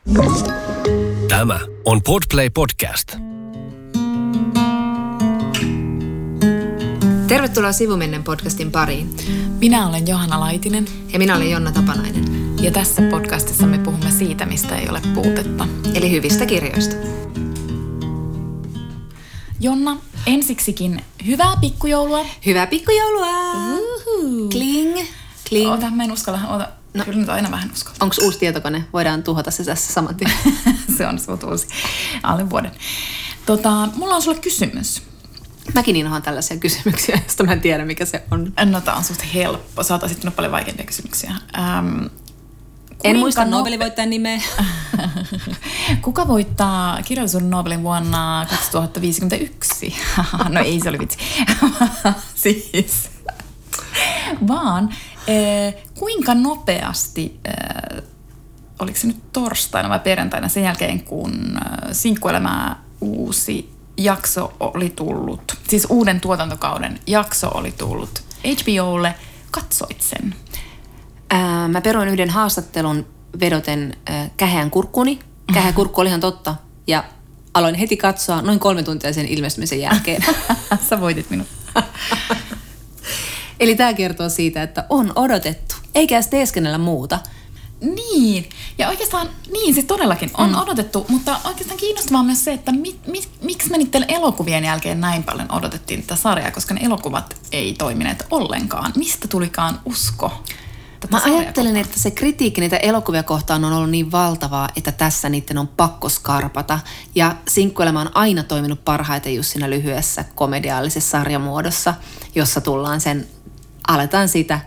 Tämä on Podplay Podcast. Tervetuloa Sivumennen podcastin pariin. Minä olen Johanna Laitinen. Ja minä olen Jonna Tapanainen. Ja tässä podcastissa me puhumme siitä, mistä ei ole puutetta. Eli hyvistä kirjoista. Jonna, ensiksikin hyvää pikkujoulua. Hyvää pikkujoulua! Kling, kling. Ota, mä en uskalla. No. Kyllä nyt aina vähän uskalla. Onko uusi tietokone? Voidaan tuhota se tässä saman tien. Se on sut uusi. Alle vuoden. Mulla on sulle kysymys. Mäkin inhoan tällaisia kysymyksiä, josta mä en tiedä, mikä se on. No, tää on susta helppo. Sä oot esittynyt paljon vaikeampia kysymyksiä. En muista Nobelin-voittajan nimeä. Kuka voittaa kirjallisuuden Nobelin vuonna 2051? No ei, se oli vitsi. Siis. Vaan kuinka nopeasti, oliko se nyt torstaina vai perjantaina sen jälkeen, kun Sinkkuelämää uusi jakso oli tullut, siis uuden tuotantokauden jakso oli tullut HBOlle, katsoit sen? Mä peruin yhden haastattelun vedoten käheän kurkkuni. Käheä kurkku oli ihan totta. Ja aloin heti katsoa noin 3 tuntia sen ilmestymisen jälkeen. Sä voitit minut. Eli tämä kertoo siitä, että on odotettu, eikä edes teeskennellä muuta. Niin, ja oikeastaan, niin siis todellakin on odotettu, mutta oikeastaan kiinnostavaa myös se, että miksi me niiden elokuvien jälkeen näin paljon odotettiin tätä sarjaa, koska ne elokuvat ei toimineet ollenkaan. Mistä tulikaan usko? Mä ajattelen, että se kritiikki niitä elokuvia kohtaan on ollut niin valtavaa, että tässä niiden on pakko skarpata. Ja Sinkkuelämä on aina toiminut parhaiten just siinä lyhyessä komediaalisessa sarjamuodossa, jossa aletaan siitä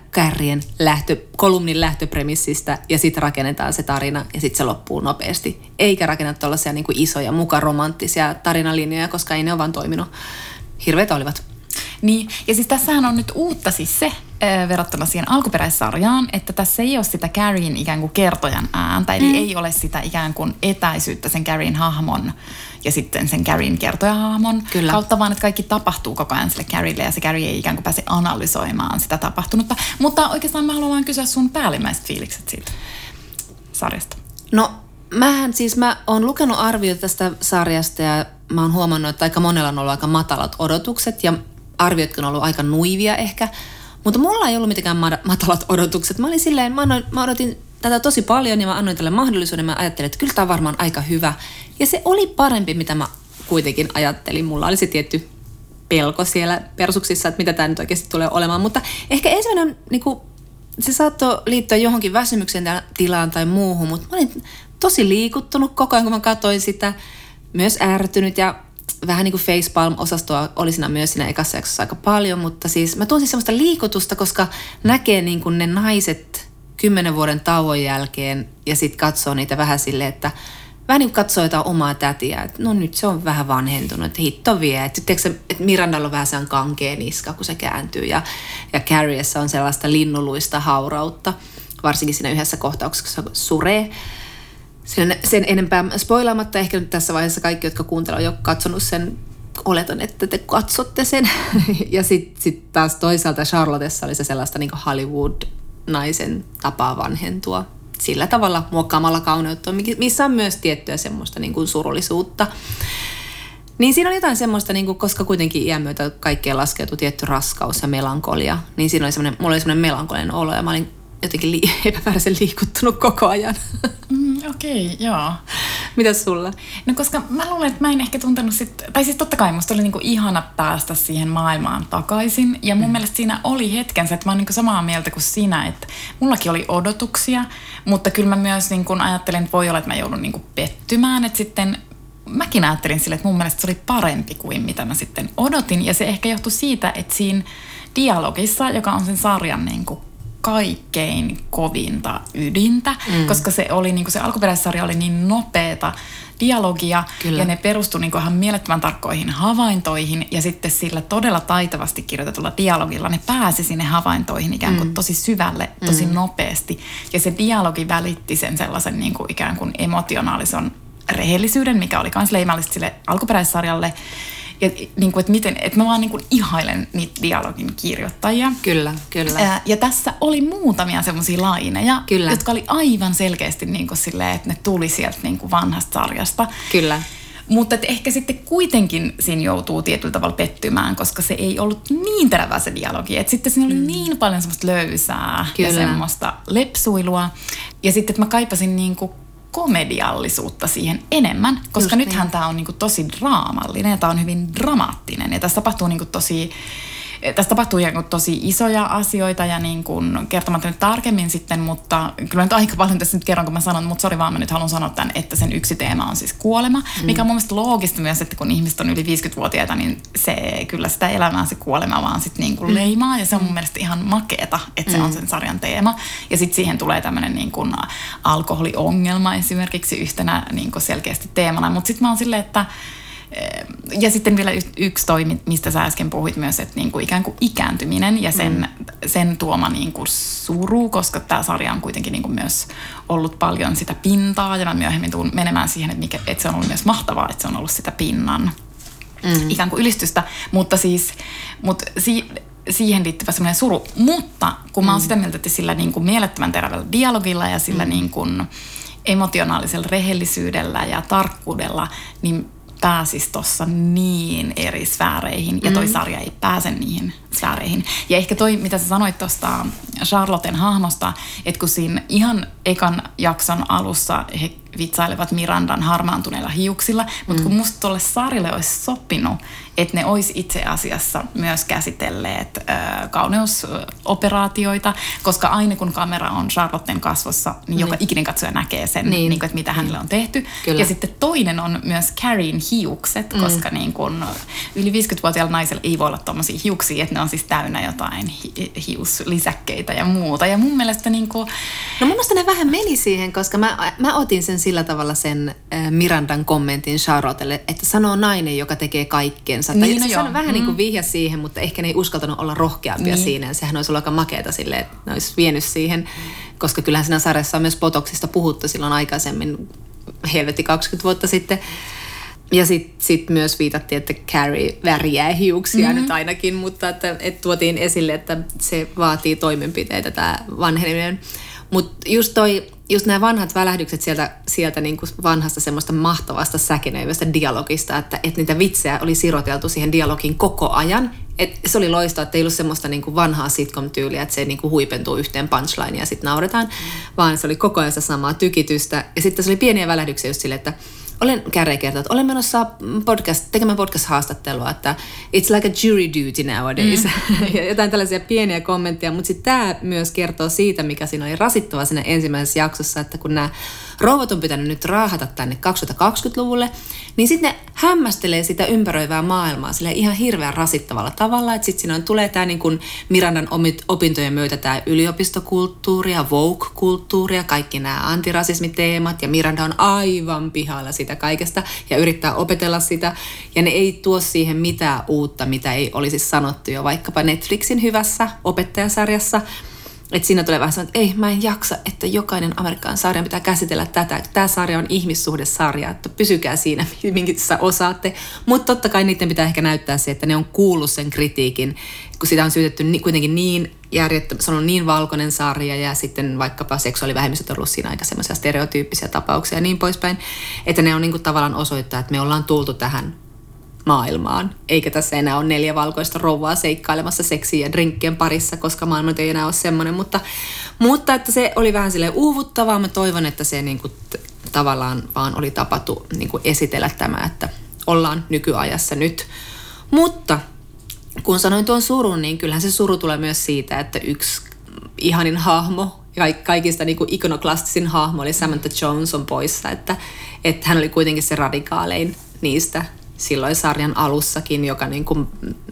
kolumnin lähtöpremissistä ja sitten rakennetaan se tarina ja sitten se loppuu nopeasti. Eikä rakenneta tuollaisia niin kuin isoja, muka romanttisia tarinalinjoja, koska ei ne ole vaan toiminut. Hirveät olivat. Niin, ja siis tässähän on nyt uutta siis se verrattuna siihen alkuperäissarjaan, että tässä ei ole sitä Carrien ikään kuin kertojan ääntä, eli ei ole sitä ikään kuin etäisyyttä sen Carrien hahmon ja sitten sen Carrien kertojahahmon kautta, vaan että kaikki tapahtuu koko ajan sille Carrielle ja se Carrie ei ikään kuin pääse analysoimaan sitä tapahtunutta. Mutta oikeastaan mä haluan kysyä sun päällimmäiset fiilikset siitä sarjasta. No, mä oon lukenut arvioita tästä sarjasta ja mä oon huomannut, että aika monella on ollut aika matalat odotukset ja arviotkin on ollut aika nuivia ehkä. Mutta mulla ei ollut mitenkään matalat odotukset. Mä olin silleen, mä odotin tätä tosi paljon ja mä annoin tälle mahdollisuuden. Mä ajattelin, että kyllä tää on varmaan aika hyvä. Ja se oli parempi, mitä mä kuitenkin ajattelin. Mulla oli se tietty pelko siellä persuksissa, että mitä tää nyt oikeasti tulee olemaan. Mutta ehkä ensimmäinen, se saattoi liittyä johonkin väsymyksen tilaan tai muuhun. Mutta mä olin tosi liikuttunut koko ajan, kun mä katsoin sitä. Myös ärtynyt ja vähän niin kuin facepalm-osastoa oli siinä myös siinä ekassa jaksossa aika paljon, mutta siis mä tuon siis semmoista liikutusta, koska näkee niin kuin ne naiset 10 vuoden tauon jälkeen ja sitten katsoo niitä vähän silleen, että vähän niin kuin katsoo jotain omaa tätiä, että no nyt se on vähän vanhentunut, että hitto vie. Että Mirandalla on vähän sellainen kankea niska, kun se kääntyy ja Carriessa on sellaista linnuluista haurautta, varsinkin siinä yhdessä kohtauksessa, kun suree. Sen enempää spoilaamatta, ehkä nyt tässä vaiheessa kaikki, jotka kuuntelevat, jo katsonut sen, oletan, että te katsotte sen. Ja sitten taas toisaalta Charlottessa oli se sellaista niin kuin Hollywood-naisen tapaa vanhentua. Sillä tavalla muokkaamalla kauneutta, missä on myös tiettyä semmoista niin kuin surullisuutta. Niin siinä oli jotain semmoista, niin kuin, koska kuitenkin iän myötä kaikkeen laskeutui tietty raskaus ja melankolia. Niin siinä mulla oli semmoinen melankolinen olo ja mä olin jotenkin epämääräisen liikuttunut koko ajan. Okei, joo. Mitäs sulla? No koska mä luulen, että mä en ehkä tuntenut tai siis totta kai musta oli niinku ihana päästä siihen maailmaan takaisin. Ja mun mielestä siinä oli hetkensä, että mä oon niinku samaa mieltä kuin sinä, että mullakin oli odotuksia. Mutta kyllä mä myös niinku ajattelin, että voi olla, että mä joudun niinku pettymään. Että sitten mäkin ajattelin sille, että mun mielestä se oli parempi kuin mitä mä sitten odotin. Ja se ehkä johtui siitä, että siinä dialogissa, joka on sen sarjan niinku kaikkein kovinta ydintä, koska se oli niinku se alkuperäissarja oli niin nopeata dialogia. Kyllä. Ja ne perustui niinku ihan mielettömän tarkkoihin havaintoihin ja sitten sillä todella taitavasti kirjoitetulla dialogilla ne pääsi sinne havaintoihin ikään kuin tosi syvälle, tosi nopeasti ja se dialogi välitti sen sellaisen niinku ikään kuin emotionaalisen rehellisyyden, mikä oli myös leimallista sille alkuperäissarjalle. Ja niin kuin, että miten, että mä vaan niin kuin ihailen niitä dialogin kirjoittajia. Kyllä. Ja tässä oli muutamia semmoisia laineja, Kyllä. jotka oli aivan selkeästi niin kuin silleen, että ne tuli sieltä niin kuin vanhasta sarjasta. Kyllä. Mutta ehkä sitten kuitenkin siinä joutuu tietyllä tavalla pettymään, koska se ei ollut niin terävää se dialogi. Että sitten siinä oli niin paljon semmoista löysää ja semmoista lepsuilua. Ja sitten, että mä kaipasin niinku komediallisuutta siihen enemmän, koska just nythän tämä on niinku tosi draamallinen ja tämä on hyvin dramaattinen. Ja tässä tapahtuu niinku tosi isoja asioita ja niin kuin kertomatta nyt tarkemmin sitten, mutta kyllä nyt aika paljon tässä nyt kerron, kun mä sanon, mutta sori vaan, mä nyt haluan sanoa tämän, että sen yksi teema on siis kuolema, mikä on mun mielestä loogista myös, että kun ihmiset on yli 50-vuotiaita, niin se kyllä sitä elämää se kuolema vaan sitten niin kuin leimaa ja se on mun mielestä ihan makeeta, että se on sen sarjan teema. Ja sitten siihen tulee tämmöinen niin kuin alkoholiongelma esimerkiksi yhtenä niin kuin selkeästi teemana, mutta sitten mä oon silleen, että ja sitten vielä yksi toi, mistä sä äsken puhuit myös, että niinku ikään kuin ikääntyminen ja sen tuoma niinku suru, koska tämä sarja on kuitenkin niinku myös ollut paljon sitä pintaa ja mä myöhemmin tuun menemään siihen, että se on ollut myös mahtavaa, että se on ollut sitä pinnan ikään kuin ylistystä, mutta siihen liittyvä semmoinen suru. Mutta kun mä oon sitä mieltä, että sillä niinku mielettömän terävällä dialogilla ja sillä niinku emotionaalisella rehellisyydellä ja tarkkuudella, niin pääsisi tuossa niin eri sfääreihin, ja toi sarja ei pääse niihin sfääreihin. Ja ehkä toi, mitä sä sanoit tuosta Charlotten hahmosta, että kun siinä ihan ekan jakson alussa he vitsailevat Mirandan harmaantuneilla hiuksilla, mutta kun musta tuolle sarjalle olisi sopinut, että ne olisi itse asiassa myös käsitelleet kauneusoperaatioita, koska aina kun kamera on Charlotten kasvossa, niin joka ikinen katsoja näkee sen, niin kuin, että mitä hänelle on tehty. Kyllä. Ja sitten toinen on myös Carrien hiukset, koska niin kun yli 50-vuotiaalla naisella ei voi olla tommosia hiuksia, että ne on siis täynnä jotain hiuslisäkkeitä ja muuta. Ja mun mielestä niin kuin... No mun mielestä ne vähän meni siihen, koska mä otin sen sillä tavalla sen Mirandan kommentin Charlottelle, että sanoo nainen, joka tekee kaikkensa. Niin, tai se sanoi vähän niin kuin vihja siihen, mutta ehkä ne ei uskaltanut olla rohkeampia siinä. Ja sehän olisi ollut aika makeata silleen, että ne olisi vienyt siihen, koska kyllähän siinä sarjassa on myös botoksista puhuttu silloin aikaisemmin, helvetti 20 vuotta sitten. Ja sit myös viitattiin, että Carrie värjää hiuksia nyt ainakin, mutta että tuotiin esille, että se vaatii toimenpiteitä tämä vanheneminen. Mutta just nämä vanhat välähdykset sieltä niin kuin vanhasta semmoista mahtavasta säkenöivästä dialogista, että niitä vitsejä oli siroteltu siihen dialogin koko ajan. Et se oli loistavaa, että ei ollut semmoista niin kuin vanhaa sitcom-tyyliä, että se niin kuin huipentuu yhteen punchlineen ja sitten nauretaan, vaan se oli koko ajan sitä samaa tykitystä. Ja sitten se oli pieniä välähdyksiä just silleen, että Carrie kertoo, että olen menossa tekemään podcast-haastattelua, että it's like a jury duty nowadays. Ja jotain tällaisia pieniä kommentteja, mutta sitten tämä myös kertoo siitä, mikä siinä oli rasittavaa siinä ensimmäisessä jaksossa, että kun nämä rouvat on pitänyt nyt raahata tänne 2020-luvulle, niin sitten ne hämmästelee sitä ympäröivää maailmaa sillä ihan hirveän rasittavalla tavalla, että sitten siinä tulee tämä niin kuin Mirandan opintojen myötä tämä yliopistokulttuuri ja Vogue-kulttuuri ja kaikki nämä antirasismiteemat ja Miranda on aivan pihalla sitä kaikesta ja yrittää opetella sitä ja ne ei tuo siihen mitään uutta, mitä ei olisi sanottu jo vaikkapa Netflixin hyvässä opettajasarjassa. Että siinä tulee vähän sanoa, että ei, mä en jaksa, että jokainen amerikkalainen sarja pitää käsitellä tätä. Tämä sarja on ihmissuhdesarja, että pysykää siinä, minkä osaatte. Mutta totta kai niiden pitää ehkä näyttää se, että ne on kuullut sen kritiikin, kun sitä on syytetty kuitenkin niin se on niin valkoinen sarja ja sitten vaikkapa seksuaalivähemmistöt on ollut siinä aika semmoisia stereotyyppisiä tapauksia ja niin poispäin. Että ne on niin kuin tavallaan osoittaa, että me ollaan tultu tähän maailmaan. Eikä tässä enää ole 4 valkoista rouvaa seikkailemassa seksiä ja drinkkien parissa, koska maailma ei enää ole semmoinen. Mutta että se oli vähän silleen uuvuttavaa. Mä toivon, että se niinku tavallaan vaan oli tapatu niinku esitellä tämä, että ollaan nykyajassa nyt. Mutta kun sanoin tuon surun, niin kyllähän se suru tulee myös siitä, että yksi ihanin hahmo, kaikista niinku ikonoklastisin hahmo oli Samantha Jones on poissa, että hän oli kuitenkin se radikaalein niistä silloin sarjan alussakin, joka niin kuin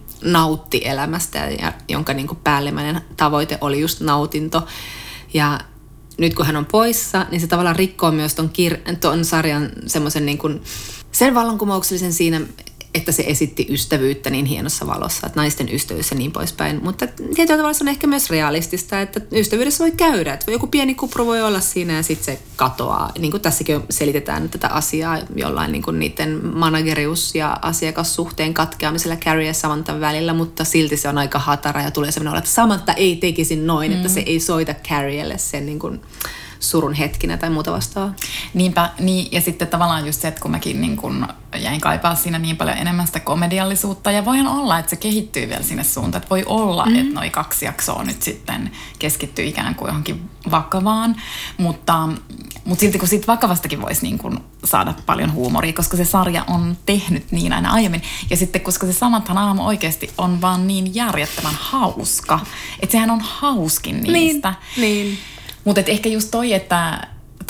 nautti elämästä ja jonka niin kuin päällimmäinen tavoite oli just nautinto. Ja nyt kun hän on poissa, niin se tavallaan rikkoo myös ton sarjan semmoisen niin kuin sen vallankumouksellisen siinä, että se esitti ystävyyttä niin hienossa valossa, että naisten ystävyys ja niin poispäin. Mutta tietyllä tavalla se on ehkä myös realistista, että ystävyydessä voi käydä. Että joku pieni kupru voi olla siinä ja sitten se katoaa. Niin kuin tässäkin selitetään tätä asiaa jollain niin kuin niiden managerius- ja asiakassuhteen katkeamisella Carrie ja Samanthan välillä, mutta silti se on aika hatara ja tulee sellainen olla, että Samantha ei tekisi noin, että se ei soita Carrielle sen niin kuin surun hetkinä tai muuta vastaavaa. Niinpä, niin, ja sitten tavallaan just se, että kun mäkin niin kun jäin kaipaa siinä niin paljon enemmän sitä komediallisuutta, ja voihan olla, että se kehittyy vielä sinne suuntaan, että voi olla, että noi 2 jaksoa nyt sitten keskittyy ikään kuin johonkin vakavaan, mutta silti kun siitä vakavastakin voisi niin kun saada paljon huumoria, koska se sarja on tehnyt niin aina aiemmin, ja sitten koska se Samanthan aamu oikeasti on vaan niin järjettömän hauska, että sehän on hauskin niistä. Niin. Mutta ehkä just että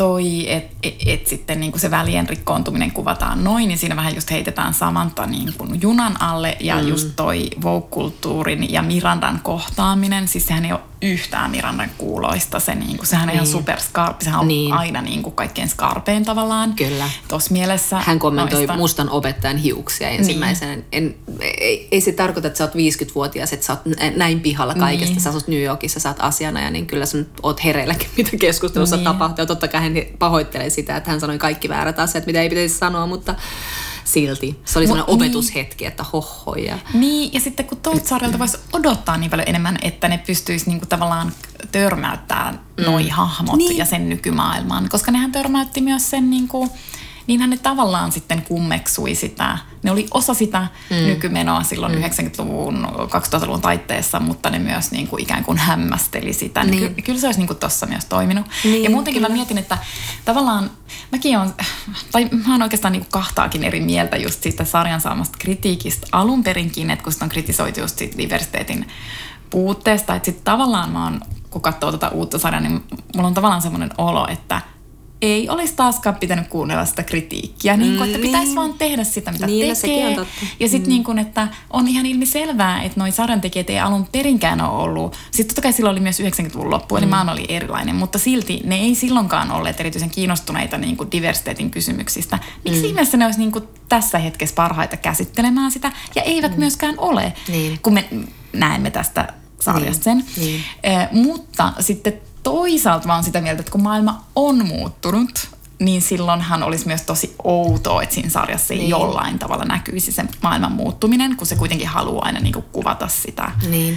sitten niinku se välien rikkoontuminen kuvataan noin, niin siinä vähän just heitetään Samantha niinku junan alle ja just toi woke-kulttuurin ja Mirandan kohtaaminen, siis sehän ei ole yhtään Mirandan kuuloista, sehän on ihan superskarppi, sehän on aina niinku kaikkein skarpein tavallaan. Kyllä. Tuossa mielessä hän kommentoi mustan opettajan hiuksia ensimmäisenä. Ei se tarkoita, että sä oot 50-vuotias, että sä oot näin pihalla kaikesta, sä asut New Yorkissa, sä oot asianajaja, niin kyllä sä oot hereilläkin, mitä keskustelussa tapahtuu. Ja totta kai hän pahoittelee sitä, että hän sanoi kaikki väärät asiat, mitä ei pitäisi sanoa, mutta silti. Se oli sellainen opetushetki, että hohoja. Niin, ja sitten kun tuolta sarjalta voisi odottaa niin paljon enemmän, että ne pystyisi niinku tavallaan törmäyttämään noi hahmot ja sen nykymaailman. Koska nehän törmäytti myös sen, niinhän ne tavallaan sitten kummeksui sitä. Ne oli osa sitä nykymenoa silloin 90-luvun, 2000-luvun taitteessa, mutta ne myös niinku ikään kuin hämmästeli sitä. Niin. Kyllä se olisi niinku tossa myös toiminut. Niin, ja muutenkin mä mietin, että tavallaan mä oon oikeastaan niinku kahtaakin eri mieltä just siitä sarjan saamasta kritiikistä alun perinkin, että kun sitä on kritisoitu just siitä diversiteetin puutteesta, että sitten tavallaan kun katsoo tätä uutta sarjaa, niin mulla on tavallaan semmoinen olo, että ei olisi taaskaan pitänyt kuunnella sitä kritiikkiä, että pitäisi vaan tehdä sitä, mitä tekee. Ja sitten että on ihan ilmiselvää, että noi sarjantekijät ei alun perinkään ole ollut. Sitten totta kai silloin oli myös 90-luvun loppu, eli maan oli erilainen, mutta silti ne ei silloinkaan olleet erityisen kiinnostuneita diversiteetin kysymyksistä. Miksi ihmeessä ne olisi tässä hetkessä parhaita käsittelemään sitä, ja eivät myöskään ole, kun me näemme tästä sarjasta sen. Mutta sitten toisaalta mä oon sitä mieltä, että kun maailma on muuttunut, niin silloinhan olisi myös tosi outoa, että siinä sarjassa ei jollain tavalla näkyisi se maailman muuttuminen, kun se kuitenkin haluaa aina kuvata sitä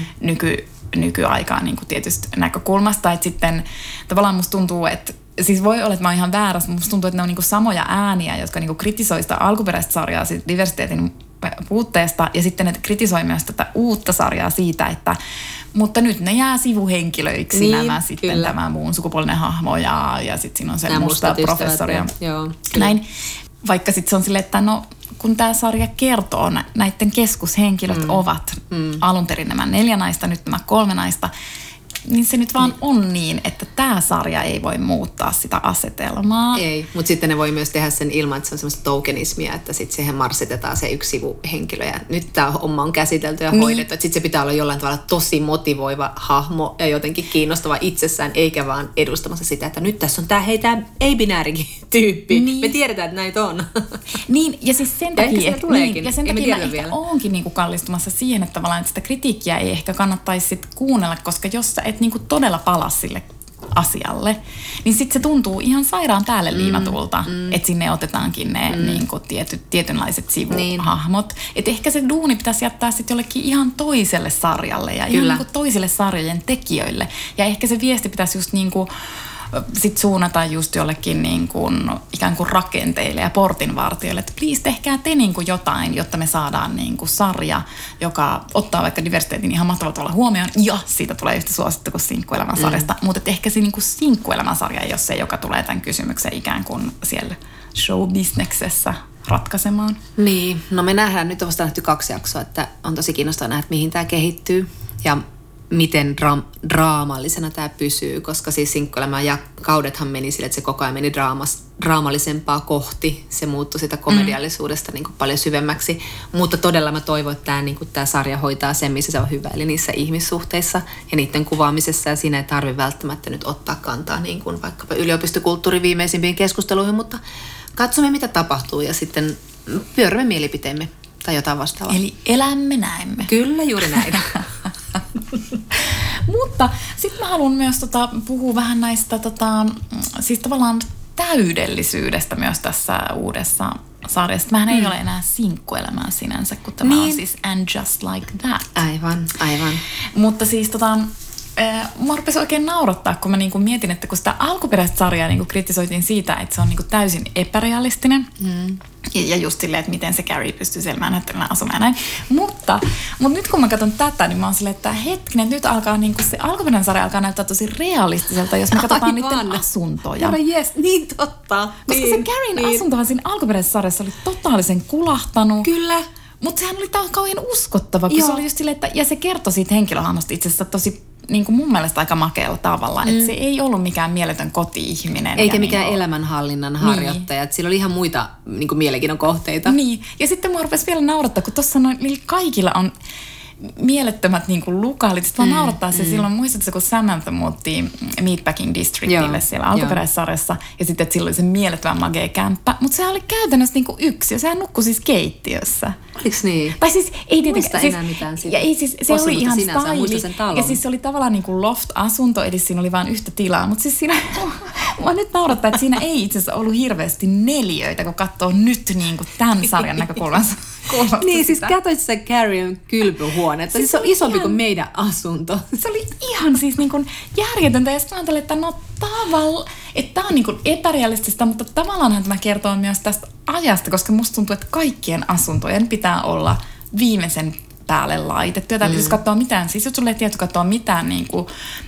nykyaikaa tietystä näkökulmasta. Että sitten tavallaan musta tuntuu, että siis voi olla, että mä oon ihan väärässä, mutta musta tuntuu, että ne on samoja ääniä, jotka kritisoi sitä alkuperäistä sarjaa siitä diversiteetin puutteesta, ja sitten ne kritisoi myös tätä uutta sarjaa siitä, että mutta nyt ne jää sivuhenkilöiksi nämä sitten tämä muun sukupuolinen hahmo ja sitten siinä on se musta professori. Näin. Vaikka sitten se on silleen, että kun tämä sarja kertoo, näiden keskushenkilöt ovat alun perin nämä 4 naista, nyt nämä 3 naista, niin se nyt vaan on niin, että tämä sarja ei voi muuttaa sitä asetelmaa. Ei, mutta sitten ne voi myös tehdä sen ilman, että se on semmoista tokenismia, että sitten siihen marssitetaan se yksi sivuhenkilö ja nyt tämä homma on käsitelty ja hoidettu. Sitten se pitää olla jollain tavalla tosi motivoiva hahmo ja jotenkin kiinnostava itsessään, eikä vaan edustamassa sitä, että nyt tässä on tämä ei-binäärikin tyyppi. Niin. Me tiedetään, että näitä on. Niin, ja siis sen takia, ja sen takia mä ehkä oonkin kallistumassa siihen, että tavallaan että sitä kritiikkiä ei ehkä kannattaisi sit kuunnella, koska jos sä et todella pala sille asialle, niin sitten se tuntuu ihan sairaan päälle liimatulta, että sinne otetaankin ne tietynlaiset sivuhahmot. Että ehkä se duuni pitäisi jättää sitten jollekin ihan toiselle sarjalle ja ihan toisille sarjojen tekijöille. Ja ehkä se viesti pitäisi just sit suunnata just jollekin ikään kuin rakenteille ja portinvartijoille, että please tehkää te jotain, jotta me saadaan sarja, joka ottaa vaikka diversiteetin ihan mahtavalla tavalla huomioon ja siitä tulee yhtä suosittu kuin Sinkkuelämän sarjasta, mutta ehkä se Sinkkuelämän sarja ei ole se, joka tulee tämän kysymyksen ikään kuin siellä show-bisneksessä ratkaisemaan. Niin, no me nähdään, nyt on vasta nähty 2 jaksoa, että on tosi kiinnostavaa nähdä, mihin tämä kehittyy ja miten draamallisena tämä pysyy, koska siis Sinkkuelämän ja kaudethan meni sille, että se koko ajan meni draamallisempaa kohti. Se muuttui sitä komediallisuudesta paljon syvemmäksi, mutta todella mä toivon, että tämä sarja hoitaa sen, missä se on hyvä, eli niissä ihmissuhteissa ja niiden kuvaamisessa, ja siinä ei tarvitse välttämättä nyt ottaa kantaa vaikkapa yliopistokulttuurin viimeisimpiin keskusteluihin, mutta katsomme, mitä tapahtuu, ja sitten pyörämme mielipiteemme. Tai jotain vastaavaa. Eli elämme näemme. Kyllä, juuri näin. Mutta sitten mä haluan myös puhua vähän näistä siis tavallaan täydellisyydestä myös tässä uudessa sarjassa. Mähän ei ole enää sinkkuelämää sinänsä, kun tämä on siis And Just Like That. Aivan. Mutta siis mua rupesi oikein naurattaa, kun mä niinku mietin, että kun sitä alkuperäistä sarjaa niinku kritisoitiin siitä, että se on niinku täysin epärealistinen. Ja just silleen, että miten se Carrie pystyy siellä Manhattanilla asumaan näin. Mutta nyt kun mä katson tätä, niin mä oon silleen, että hetkinen, nyt alkaa niinku se alkuperäinen sarja alkaa näyttää tosi realistiselta, jos me katsotaan niiden asuntoja. Yes, niin totta. Koska se Carrien asuntohan siinä alkuperäisessä sarjassa oli totaalisen kulahtanut. Kyllä. Mutta sehän oli kauhean uskottava, kun se oli just silleen, että, ja se kertoi siitä henkilöhahmosta itse asiassa tosi niin kuin mun mielestä aika makealla tavalla, että se ei ollut mikään mieletön koti-ihminen. Eikä mikään elämänhallinnan harjoittaja, että sillä oli ihan muita niin kuin mielenkiinnon kohteita. Niin, ja sitten mua rupesi vielä naurattaa, kun tuossa kaikilla on mielettömät niin kuin lukaalit. Sitten vaan naurattaa se silloin, muistatko, kun Samantha muutti Meatpacking Districtille siellä alkuperäissarjassa, ja sitten, että silloin oli se mielettömän magea kämppä, mutta se oli käytännössä niin kuin yksi, ja sehän nukkui siis keittiössä. Oliko niin? Tai siis ei tietenkään. Muista enää mitään siitä. Ja ei siis, se oli ihan styli. Ja siis se oli tavallaan niin kuin loft-asunto, eli siinä oli vain yhtä tilaa, mutta siis siinä, mua nyt naurattaa, että siinä ei itse asiassa ollut hirveästi neliöitä, kun katsoo nyt niin kuin tämän sarjan näkökulmasta. Niin, siis katsoit se Carrien kylpyhuonetta. Siis se on isompi kuin meidän asunto. Se oli ihan siis niin kuin järjetöntä. Ja sitten mä ajattelin, että että tämä on niin kuin epärealistista, mutta tavallaanhan tämä kertoo myös tästä ajasta, koska musta tuntuu, että kaikkien asuntojen pitää olla viimeisen päälle laitettu. Ja jos katsoo mitään, siis jos sulle ei tiedä katsoa mitään niin kuin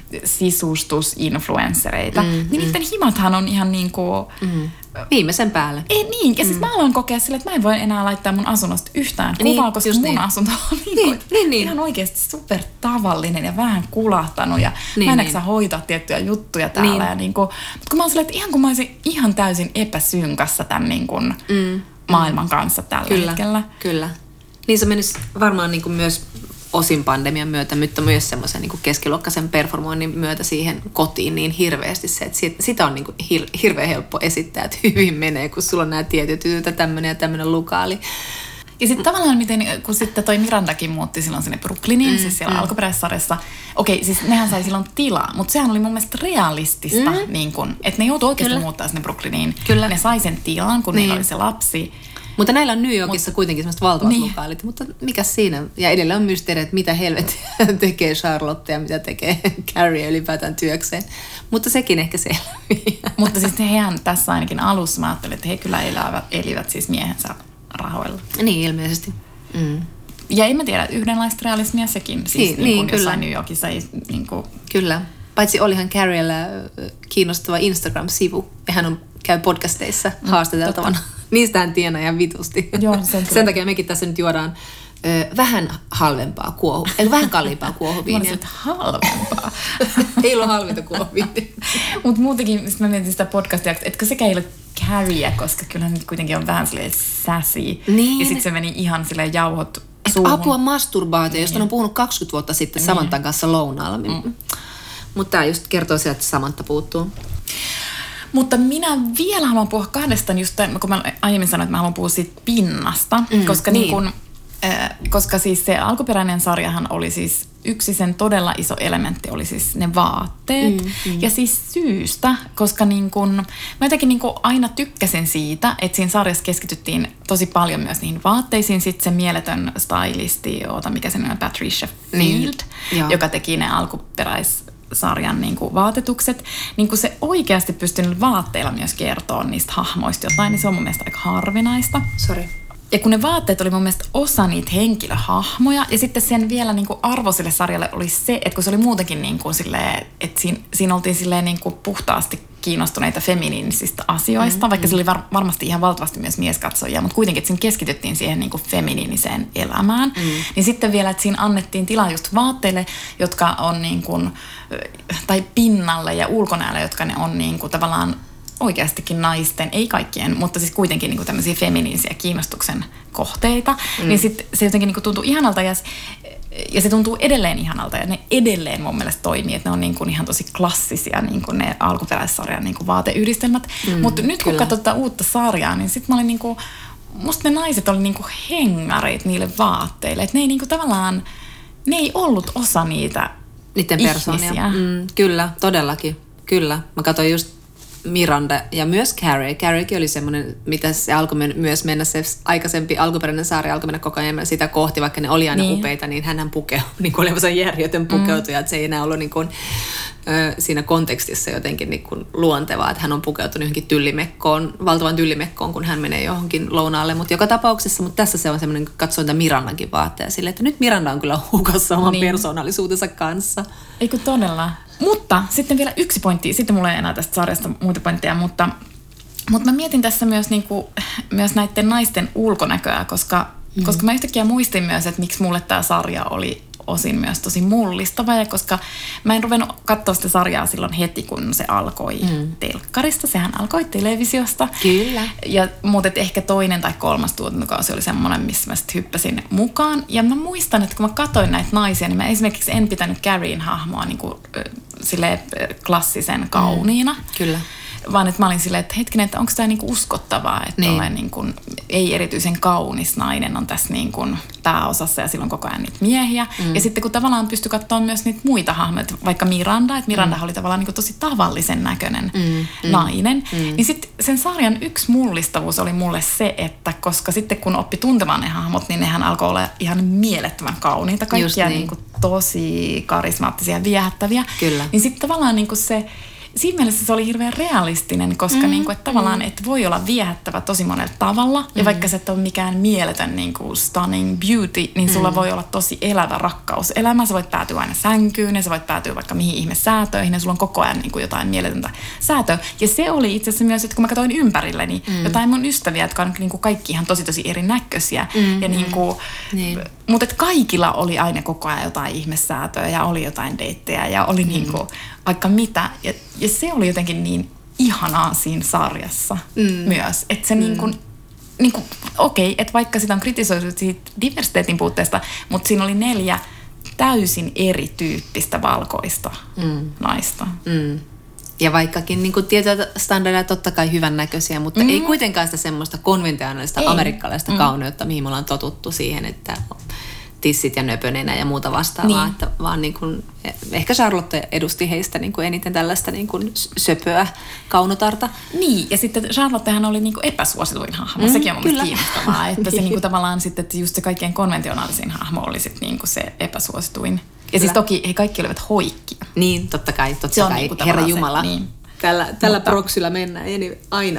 sisustusinfluenssereita, niin niiden himathan on ihan niin kuin viimeisen päälle. Ei niin, ja siis mä aloin kokea sille, että mä en voi enää laittaa mun asunnosta yhtään kuvaa, koska mun asunto on ihan oikeasti super tavallinen ja vähän kulahtanut ja mä en eksä hoitaa tiettyjä juttuja täällä. Ja niin kuin, mutta kun mä oon silleen, että ihan kun mä olisin ihan täysin epäsynkassa tämän niin kuin maailman kanssa tällä hetkellä. Kyllä. Niin se menisi varmaan niin kuin myös osin pandemian myötä, mutta myös semmoisen niin kuin keskiluokkaisen performoinnin myötä siihen kotiin niin hirveästi se, että sitä on niin kuin hirveän helppo esittää, että hyvin menee, kun sulla on nämä tietyt tämmöinen ja tämmöinen lukaali. Ja sitten tavallaan miten, kun sitten toi Mirandakin muutti silloin sinne Brooklyniin, siis siellä alkuperäissarjassa, okei, siis nehän sai silloin tilaa, mutta sehän oli mun mielestä realistista, niin kun, että ne joutui oikeasti muuttaa sinne Brooklyniin. Kyllä. Ne sai sen tilan, kun niillä oli se lapsi. Mutta näillä on New Yorkissa kuitenkin semmoiset valtavat lukaalit, mutta mikä siinä? Ja edelleen on mysteeri, että mitä helvettiä tekee Charlotte ja mitä tekee Carrie ylipäätään työkseen. Mutta sekin ehkä selviää. Mutta siis hehän tässä ainakin alussa, mä ajattelin, että he kyllä elivät siis miehensä rahoilla. Niin, ilmeisesti. Ja en mä tiedä, yhdenlaista realismia sekin, siis niin jossain New Yorkissa. Niin kuin. Kyllä. Paitsi olihan Carriella kiinnostava Instagram-sivu, ja hän käy podcasteissa haastateltavana. Niistä hän tienaa ihan vitusti. Joo, sen takia mekin tässä nyt juodaan vähän halvempaa vähän kalliimpaa kuohuviiniä. Mä olisin, halvempaa. Ei ole halvinta kuohuviiniä. Mutta muutenkin, mä mietin sitä podcastia, etkö sekä ei ole Carrie, koska kyllä nyt kuitenkin on vähän silleen sassy. Niin. Ja sitten se meni ihan silleen jauhot suuhun. Apua masturbaatio, josta on puhunut 20 vuotta sitten Samantan kanssa lounaalla. Mutta tämä just kertoo sieltä, että Samantha puuttuu. Mutta minä vielä haluan puhua kahdestaan, just kun mä aiemmin sanoin, että mä haluan puhua siitä pinnasta, koska, koska siis se alkuperäinen sarjahan oli siis yksi sen todella iso elementti oli siis ne vaatteet. Ja siis syystä, koska niin kun, mä jotenkin niin kun aina tykkäsin siitä, että siinä sarjassa keskityttiin tosi paljon myös niihin vaatteisiin. Sitten se mieletön stylisti, mikä se on, Patricia Field, joka teki ne alkuperäissarjan niin kuin vaatetukset, niin kuin se oikeasti pystynyt vaatteilla myös kertoa niistä hahmoista jotain, niin se on mun mielestä aika harvinaista. Sorry. Ja kun ne vaatteet oli mun mielestä osa niitä henkilöhahmoja, ja sitten sen vielä niin kuin arvo sille sarjalle oli se, että kun se oli muutenkin niin kuin silleen, että siinä oltiin silleen niin kuin puhtaasti kiinnostuneita feminiinisistä asioista, vaikka se oli varmasti ihan valtavasti myös mieskatsojia, mutta kuitenkin, että siinä keskityttiin siihen niin kuin feminiiniseen elämään. Niin sitten vielä, että siinä annettiin tilaa just vaatteille, jotka on niin kuin, tai pinnalle ja ulkonäölle, jotka ne on niin kuin tavallaan oikeastikin naisten, ei kaikkien, mutta siis kuitenkin niin kuin tämmöisiä feminiinisiä kiinnostuksen kohteita, niin sitten se jotenkin niin kuin tuntuu ihanalta ja se tuntuu edelleen ihanalta ja ne edelleen mun mielestä toimii, että ne on niin kuin ihan tosi klassisia niin kuin ne alkuperäissarjan niin kuin vaateyhdistelmät. Mutta nyt kun katsotaan uutta sarjaa, niin sitten mä olin niin kuin, musta ne naiset oli niinku hengarit niille vaatteille. Että ne ei niinku tavallaan, ne ei ollut osa niitä niiden persoonia. Kyllä, todellakin. Kyllä. Mä katsoin just Miranda ja myös Carrie. Carriekin oli semmoinen, mitä se alkoi myös mennä, se aikaisempi alkuperäinen sarja alkoi mennä koko ajan sitä kohti, vaikka ne oli aina upeita, niin hänhän pukeutui, niin kuin oli se järjetön pukeutuja, että se ei enää ollut niin kuin, siinä kontekstissa jotenkin niin kuin luontevaa, että hän on pukeutunut johonkin valtavan tyllimekkoon, kun hän menee johonkin lounaalle, mutta joka tapauksessa, mutta tässä se on semmoinen, kun katsoin tämän Mirandankin vaatteja silleen, että nyt Miranda on kyllä hukassa oman persoonallisuutensa kanssa. Eikö todella? Mutta sitten vielä yksi pointti, sitten mulla ei enää tästä sarjasta muita pointteja, mutta mä mietin tässä myös, myös näiden naisten ulkonäköä, koska mä yhtäkkiä muistin myös, että miksi mulle tämä sarja oli osin myös tosi mullistava, ja koska mä en ruvennut katsoa sitä sarjaa silloin heti, kun se alkoi telkkarista, sehän alkoi televisiosta. Kyllä. Mutta ehkä toinen tai kolmas tuotantokausi oli semmoinen, missä mä sitten hyppäsin mukaan. Ja mä muistan, että kun mä katsoin näitä naisia, niin mä esimerkiksi en pitänyt Carrien hahmoa niin kuin, silleen klassisen kauniina. Kyllä. Vaan että mä olin silleen, että hetkinen, että onko tämä niinku uskottavaa, että niinku, ei erityisen kaunis nainen on tässä niinku pääosassa ja silloin koko ajan niitä miehiä. Ja sitten kun tavallaan pystyi katsoa myös niitä muita hahmoja, vaikka Miranda, että Miranda oli tavallaan niinku tosi tavallisen näköinen nainen, niin sitten sen sarjan yksi mullistavuus oli mulle se, että koska sitten kun oppi tuntemaan ne hahmot, niin nehän alkoi olla ihan mielettömän kauniita, kaikkia niinku tosi karismaattisia ja viehättäviä. Kyllä. Niin sitten tavallaan niinku se siinä mielessä se oli hirveän realistinen, koska niinku, että tavallaan et voi olla viehättävä tosi monella tavalla. Ja vaikka se et ole mikään mieletön niinku stunning beauty, niin sulla voi olla tosi elävä rakkauselämä. Sä voit päätyä aina sänkyyn ja sä voit päätyä vaikka mihin ihme säätöihin ja sulla on koko ajan niinku jotain mieletöntä säätöä. Ja se oli itse asiassa myös, että kun mä katsoin ympärilleni jotain mun ystäviä, jotka on niinku kaikki ihan tosi erinäköisiä. Ja niinku, mutta et kaikilla oli aina koko ajan jotain ihmesäätöä ja oli jotain deittejä ja oli niinku vaikka mitä. Ja se oli jotenkin niin ihanaa siinä sarjassa myös. Että se niinku okei, että vaikka sitä on kritisoitu siitä diversiteetin puutteesta, mutta siinä oli 4 täysin erityyppistä valkoista naista. Ja vaikkakin niin kuin tietyllä standardeilla totta kai hyvännäköisiä, mutta ei kuitenkaan sitä semmoista konventionaalista amerikkalaista kauneutta, mihin me ollaan totuttu siihen, että tissit ja nöpönenä ja muuta vastaavaa, että vaan niin kuin, ehkä Charlotte edusti heistä niin kuin eniten tällaista niin kuin söpöä kaunotarta. Niin, ja sitten Charlottehan oli niin kuin epäsuosituin hahmo, sekin on mun kiinnostavaa, että se niin kuin tavallaan sitten, että just se kaikkein konventionaalisin hahmo oli sitten niin kuin se epäsuosituin. Ja siis toki he kaikki olivat hoikkia. Niin, totta kai, niin Herra Jumala. Niin. Tällä proksilla mennään aina.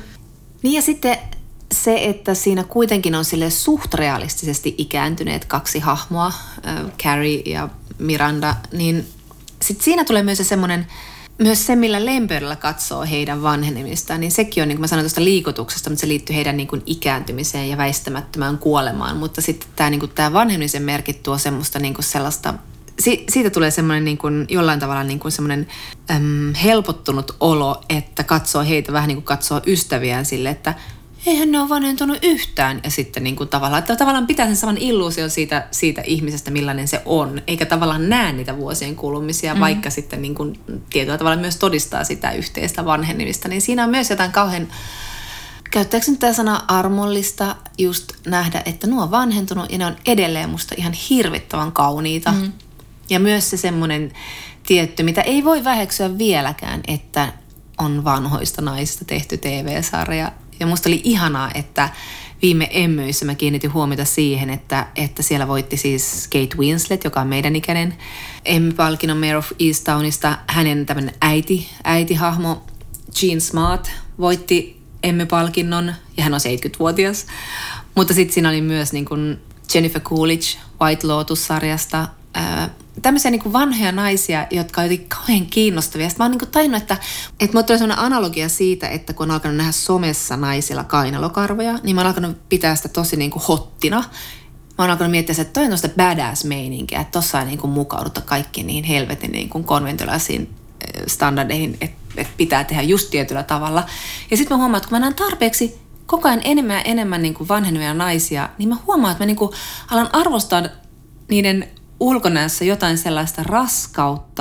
Niin ja sitten se, että siinä kuitenkin on sille suht realistisesti ikääntyneet 2 hahmoa, Carrie ja Miranda, niin sitten siinä tulee myös semmoinen, myös se, millä lempeydellä katsoo heidän vanhenemistaan, niin sekin on, niin kuin mä sanoin tuosta liikutuksesta, mutta se liittyy heidän niin kuin ikääntymiseen ja väistämättömään kuolemaan, mutta sitten tämä, niin kuin, tämä vanhenemisen merkit tuo semmoista niin kuin sellaista, siitä tulee semmoinen niin kuin, jollain tavalla niin kuin semmoinen helpottunut olo, että katsoo heitä vähän niin kuin katsoo ystäviään sille, että eihän ne ole vanhentunut yhtään. Ja sitten niin kuin tavallaan pitää sen saman illuusion siitä ihmisestä, millainen se on. Eikä tavallaan näe niitä vuosien kulumisia, vaikka sitten niin kuin tietyllä tavalla myös todistaa sitä yhteistä vanhenemista. Niin siinä on myös jotain kauhean, käyttääkö nyt tämä sana armollista, just nähdä, että nuo on vanhentunut ja ne on edelleen musta ihan hirvittävän kauniita. Ja myös se semmoinen tietty, mitä ei voi väheksyä vieläkään, että on vanhoista naisista tehty TV-sarja. Ja musta oli ihanaa, että viime Emmyissä mä kiinnitin huomiota siihen, että siellä voitti siis Kate Winslet, joka on meidän ikäinen Emmy-palkinnon Mayor of Easttownista. Hänen tämmöinen äitihahmo Jean Smart voitti Emmy-palkinnon ja hän on 70-vuotias. Mutta sitten siinä oli myös niin kuin Jennifer Coolidge White Lotus-sarjasta. Tämmöisiä niin kuin vanhoja naisia, jotka on jotenkin kauhean kiinnostavia. Sitten mä oon niin kuin tajunnut, että mulla tulee sellainen analogia siitä, että kun on alkanut nähdä somessa naisilla kainalokarvoja, niin mä oon alkanut pitää sitä tosi niin kuin hottina. Mä oon alkanut miettiä, että toi on tosta badass-meininkiä, että tossa ei niin kuin mukauduta kaikkiin niihin helvetin niin kuin konventiolaisiin standardeihin, että pitää tehdä just tietyllä tavalla. Ja sitten mä huomaan, että kun mä näen tarpeeksi koko ajan enemmän ja enemmän niin kuin vanhenevia naisia, niin mä huomaan, että mä niin kuin alan arvostaa niiden ulkonäössä jotain sellaista raskautta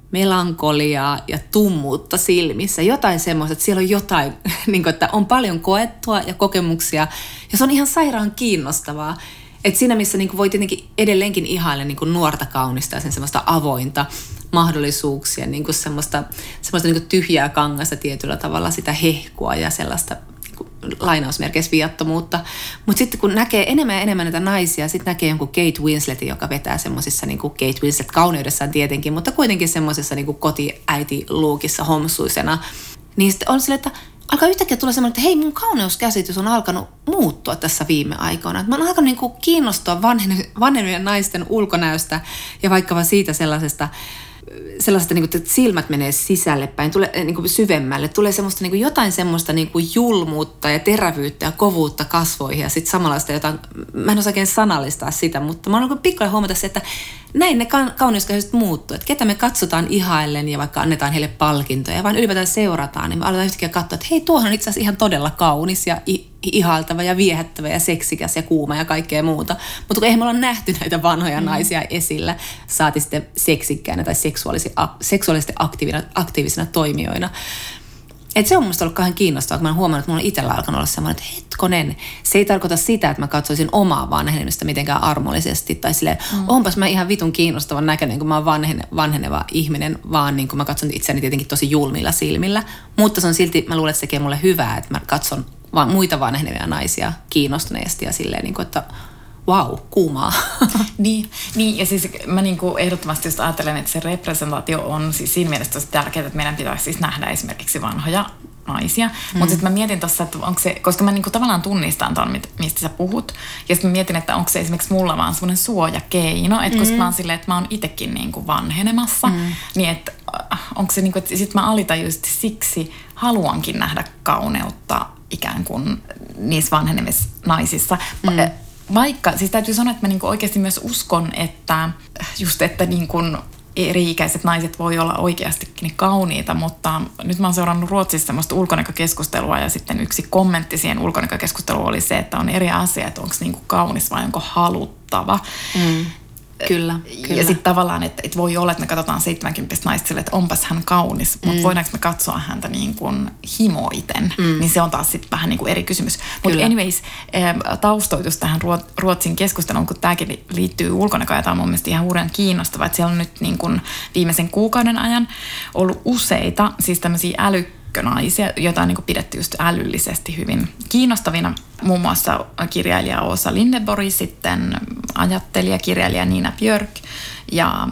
melankoliaa ja tummuutta silmissä. Jotain semmoista, että siellä on jotain, niin kuin, että on paljon koettua ja kokemuksia. Ja se on ihan sairaan kiinnostavaa. Että siinä, missä niin kuin voi tietenkin edelleenkin ihailla niin kuin nuorta kaunista ja sen semmoista avointa mahdollisuuksia, niin kuin semmoista niin kuin tyhjää kangasta tietyllä tavalla, sitä hehkua ja sellaista lainausmerkeissä viattomuutta. Mutta sitten kun näkee enemmän ja enemmän näitä naisia, sitten näkee jonkun Kate Winsletin, joka vetää semmoisissa, niin kuin Kate Winslet kauneudessaan tietenkin, mutta kuitenkin semmoisessa niin kuin kotiäiti-luukissa homsuisena. Niin sitten on silleen, että alkaa yhtäkkiä tulla semmoinen, että hei, mun kauneuskäsitys on alkanut muuttua tässä viime aikoina. Mä oon alkanut niin kuin kiinnostua vanhenevien naisten ulkonäöstä ja vaikka siitä sellaisesta niin kuin, että silmät menee sisälle päin, tulee niin kuin syvemmälle, tulee semmoista, niin kuin jotain semmoista niin kuin julmuutta ja terävyyttä ja kovuutta kasvoihin ja sitten samanlaista jotain, mä en osaa oikein sanallistaa sitä, mutta mä oon niin pikkuinen huomata se, että näin ne kauneuskäsitykset muuttuu, että ketä me katsotaan ihaillen ja vaikka annetaan heille palkintoja ja vaan ylipäätään seurataan, niin me aletaan yhtäkkiä katsoa, että hei, tuohan on itse asiassa ihan todella kaunis ja ihailtava ja viehättävä ja seksikäs ja kuuma ja kaikkea muuta. Mutta kun eihän me olla nähty näitä vanhoja naisia esillä, saati sitten seksikkäänä tai seksuaalisesti aktiivisina toimijoina. Että se on musta ollut kauhean kiinnostavaa, kun mä oon huomannut, että mulla on itsellä alkanut olla semmoinen, että hetkonen, se ei tarkoita sitä, että mä katsoisin omaa vanhenemista mitenkään armollisesti tai silleen, onpas mä ihan vitun kiinnostavan näköinen, kun mä oon vanheneva ihminen, vaan niin kuin mä katson itseäni tietenkin tosi julmilla silmillä, mutta se on silti, mä luulen, että se tekee mulle hyvää, että mä katson muita vanhenevia naisia kiinnostuneesti ja silleen, niin kuin, että vau, kuumaa. Niin, ja siis mä niinku ehdottomasti just ajattelen, että se representaatio on siis siinä mielessä tosi tärkeää, että meidän pitäisi siis nähdä esimerkiksi vanhoja naisia. Mutta sitten mä mietin tuossa, että onko se, koska mä niinku tavallaan tunnistan ton, mistä sä puhut, ja sitten mä mietin, että onko se esimerkiksi mulla vaan semmoinen suojakeino, että koska mä oon silleen, että mä oon itsekin niinku vanhenemassa, niin että onko se niinku, että sit mä alitajuisesti siksi haluankin nähdä kauneutta ikään kuin niissä vanhenevissa naisissa. Vaikka, siis täytyy sanoa, että mä niinku oikeasti myös uskon, että just, että niinku eri-ikäiset naiset voi olla oikeastikin kauniita, mutta nyt mä oon seurannut Ruotsissa semmoista ulkonäkökeskustelua ja sitten yksi kommentti siihen ulkonäkökeskusteluun oli se, että on eri asia, että onko niinku kaunis vai onko haluttava. Kyllä. Ja sitten tavallaan, että voi olla, että me katsotaan 70 naista sille, että onpas hän kaunis, mutta voidaanko me katsoa häntä niin kuin himoiten, niin se on taas sitten vähän niin kuin eri kysymys. Mutta anyways, taustoitus tähän Ruotsin keskusteluun, kun tämäkin liittyy ulkonäköön, ja tämä on mun mielestä ihan hurjan kiinnostavaa, että siellä on nyt niin kuin viimeisen kuukauden ajan ollut useita, siis tämmöisiä naisia, joita on niin kuin pidetty just älyllisesti hyvin kiinnostavina. Muun muassa kirjailija Åsa Linderborg, sitten ajattelijakirjailija Nina Björk ja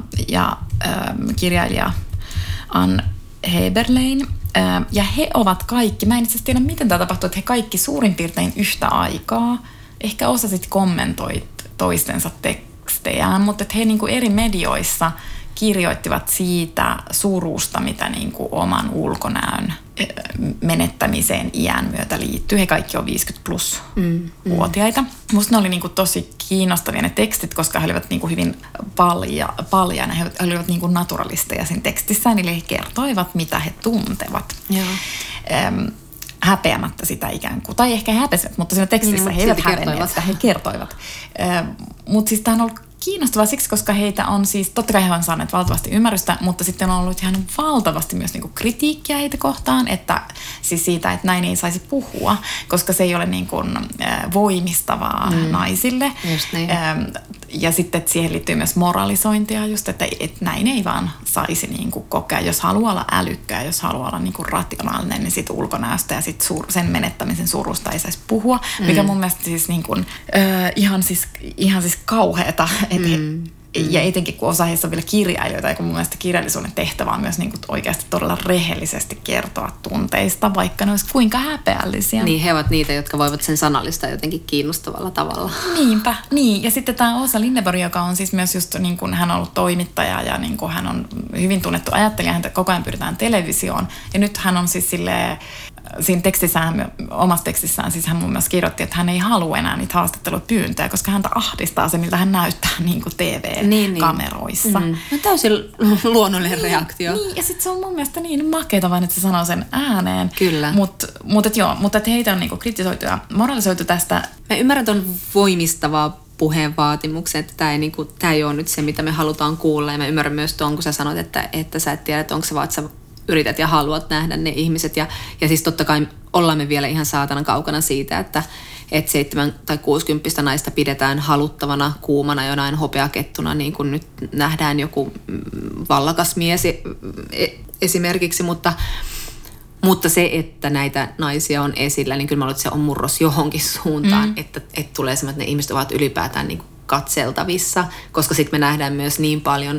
kirjailija Ann Heberlein. Ja he ovat kaikki, mä en itse asiassa tiedä miten tämä tapahtuu, että he kaikki suurin piirtein yhtä aikaa, ehkä osa sitten kommentoi toistensa tekstejään, mutta että he niin kuin eri medioissa kirjoittivat siitä surusta, mitä niin kuin oman ulkonäön menettämiseen iän myötä liittyy. He kaikki on 50+-vuotiaita. Musta ne oli niin kuin tosi kiinnostavia ne tekstit, koska he olivat niin kuin hyvin paljana. He olivat niin kuin naturalisteja siinä tekstissään, eli he kertoivat, mitä he tuntevat. Häpeämättä sitä ikään kuin. Tai ehkä he häpesivät, mutta siinä tekstissä he eivät hävenneet sitä, he kertoivat. Mutta siis tämä on ollut kiinnostavaa siksi, koska heitä on siis, totta kai he on saaneet valtavasti ymmärrystä, mutta sitten on ollut ihan valtavasti myös niinku kritiikkiä heitä kohtaan, että siis siitä, että näin ei saisi puhua, koska se ei ole niin kuin voimistavaa naisille. Just niin. Ja sitten, että siihen liittyy myös moralisointia just, että näin ei vaan saisi niin kuin kokea. Jos haluaa olla älykkää, jos haluaa olla niin kuin rationaalinen, niin sit ulkonäöstä ja sit sen menettämisen surusta ei saisi puhua, mikä mun mielestä siis niin kuin, ihan siis kauheata. Ja etenkin kun osa heistä on vielä kirjailijoita, ja kun mun mielestä kirjallisuuden tehtävä on myös niin kuin oikeasti todella rehellisesti kertoa tunteista, vaikka ne olisi kuinka häpeällisiä. Niin, he ovat niitä, jotka voivat sen sanallistaa jotenkin kiinnostavalla tavalla. Niinpä, niin. Ja sitten tämä Åsa Linderborg, joka on siis myös just niin kuin hän on ollut toimittaja ja niin kuin hän on hyvin tunnettu ajattelija, häntä koko ajan pyritään televisioon. Ja nyt hän on siis silleen, siinä tekstissään, omassa tekstissään siis hän mun mielestä kirjoitti, että hän ei halua enää niitä haastattelupyyntöjä, koska häntä ahdistaa se, miltä hän näyttää niin kuin TV-kameroissa. No täysin luonnollinen reaktio. Niin, ja sitten se on mun mielestä niin makeata vain, että se sanoo sen ääneen. Kyllä. Mutta heitä on niin kuin kritisoitu ja moralisoitu tästä. Mä ymmärrän ton voimistavaa puheen vaatimuksen, että tämä ei ole nyt se, mitä me halutaan kuulla. Ja mä ymmärrän myös tuon, kun sä sanoit, että sä et tiedä, että onko se vaan, että sä yrität ja haluat nähdä ne ihmiset. Ja siis totta kai ollaan me vielä ihan saatana kaukana siitä, että 7- tai 60 naista pidetään haluttavana, kuumana, jonain hopeakettuna, niin kuin nyt nähdään joku vallakas mies esimerkiksi, mutta se, että näitä naisia on esillä, niin kyllä mä luulen, että se on murros johonkin suuntaan, että tulee semmoinen, että ne ihmiset ovat ylipäätään niin kuin katseltavissa, koska sitten me nähdään myös niin paljon,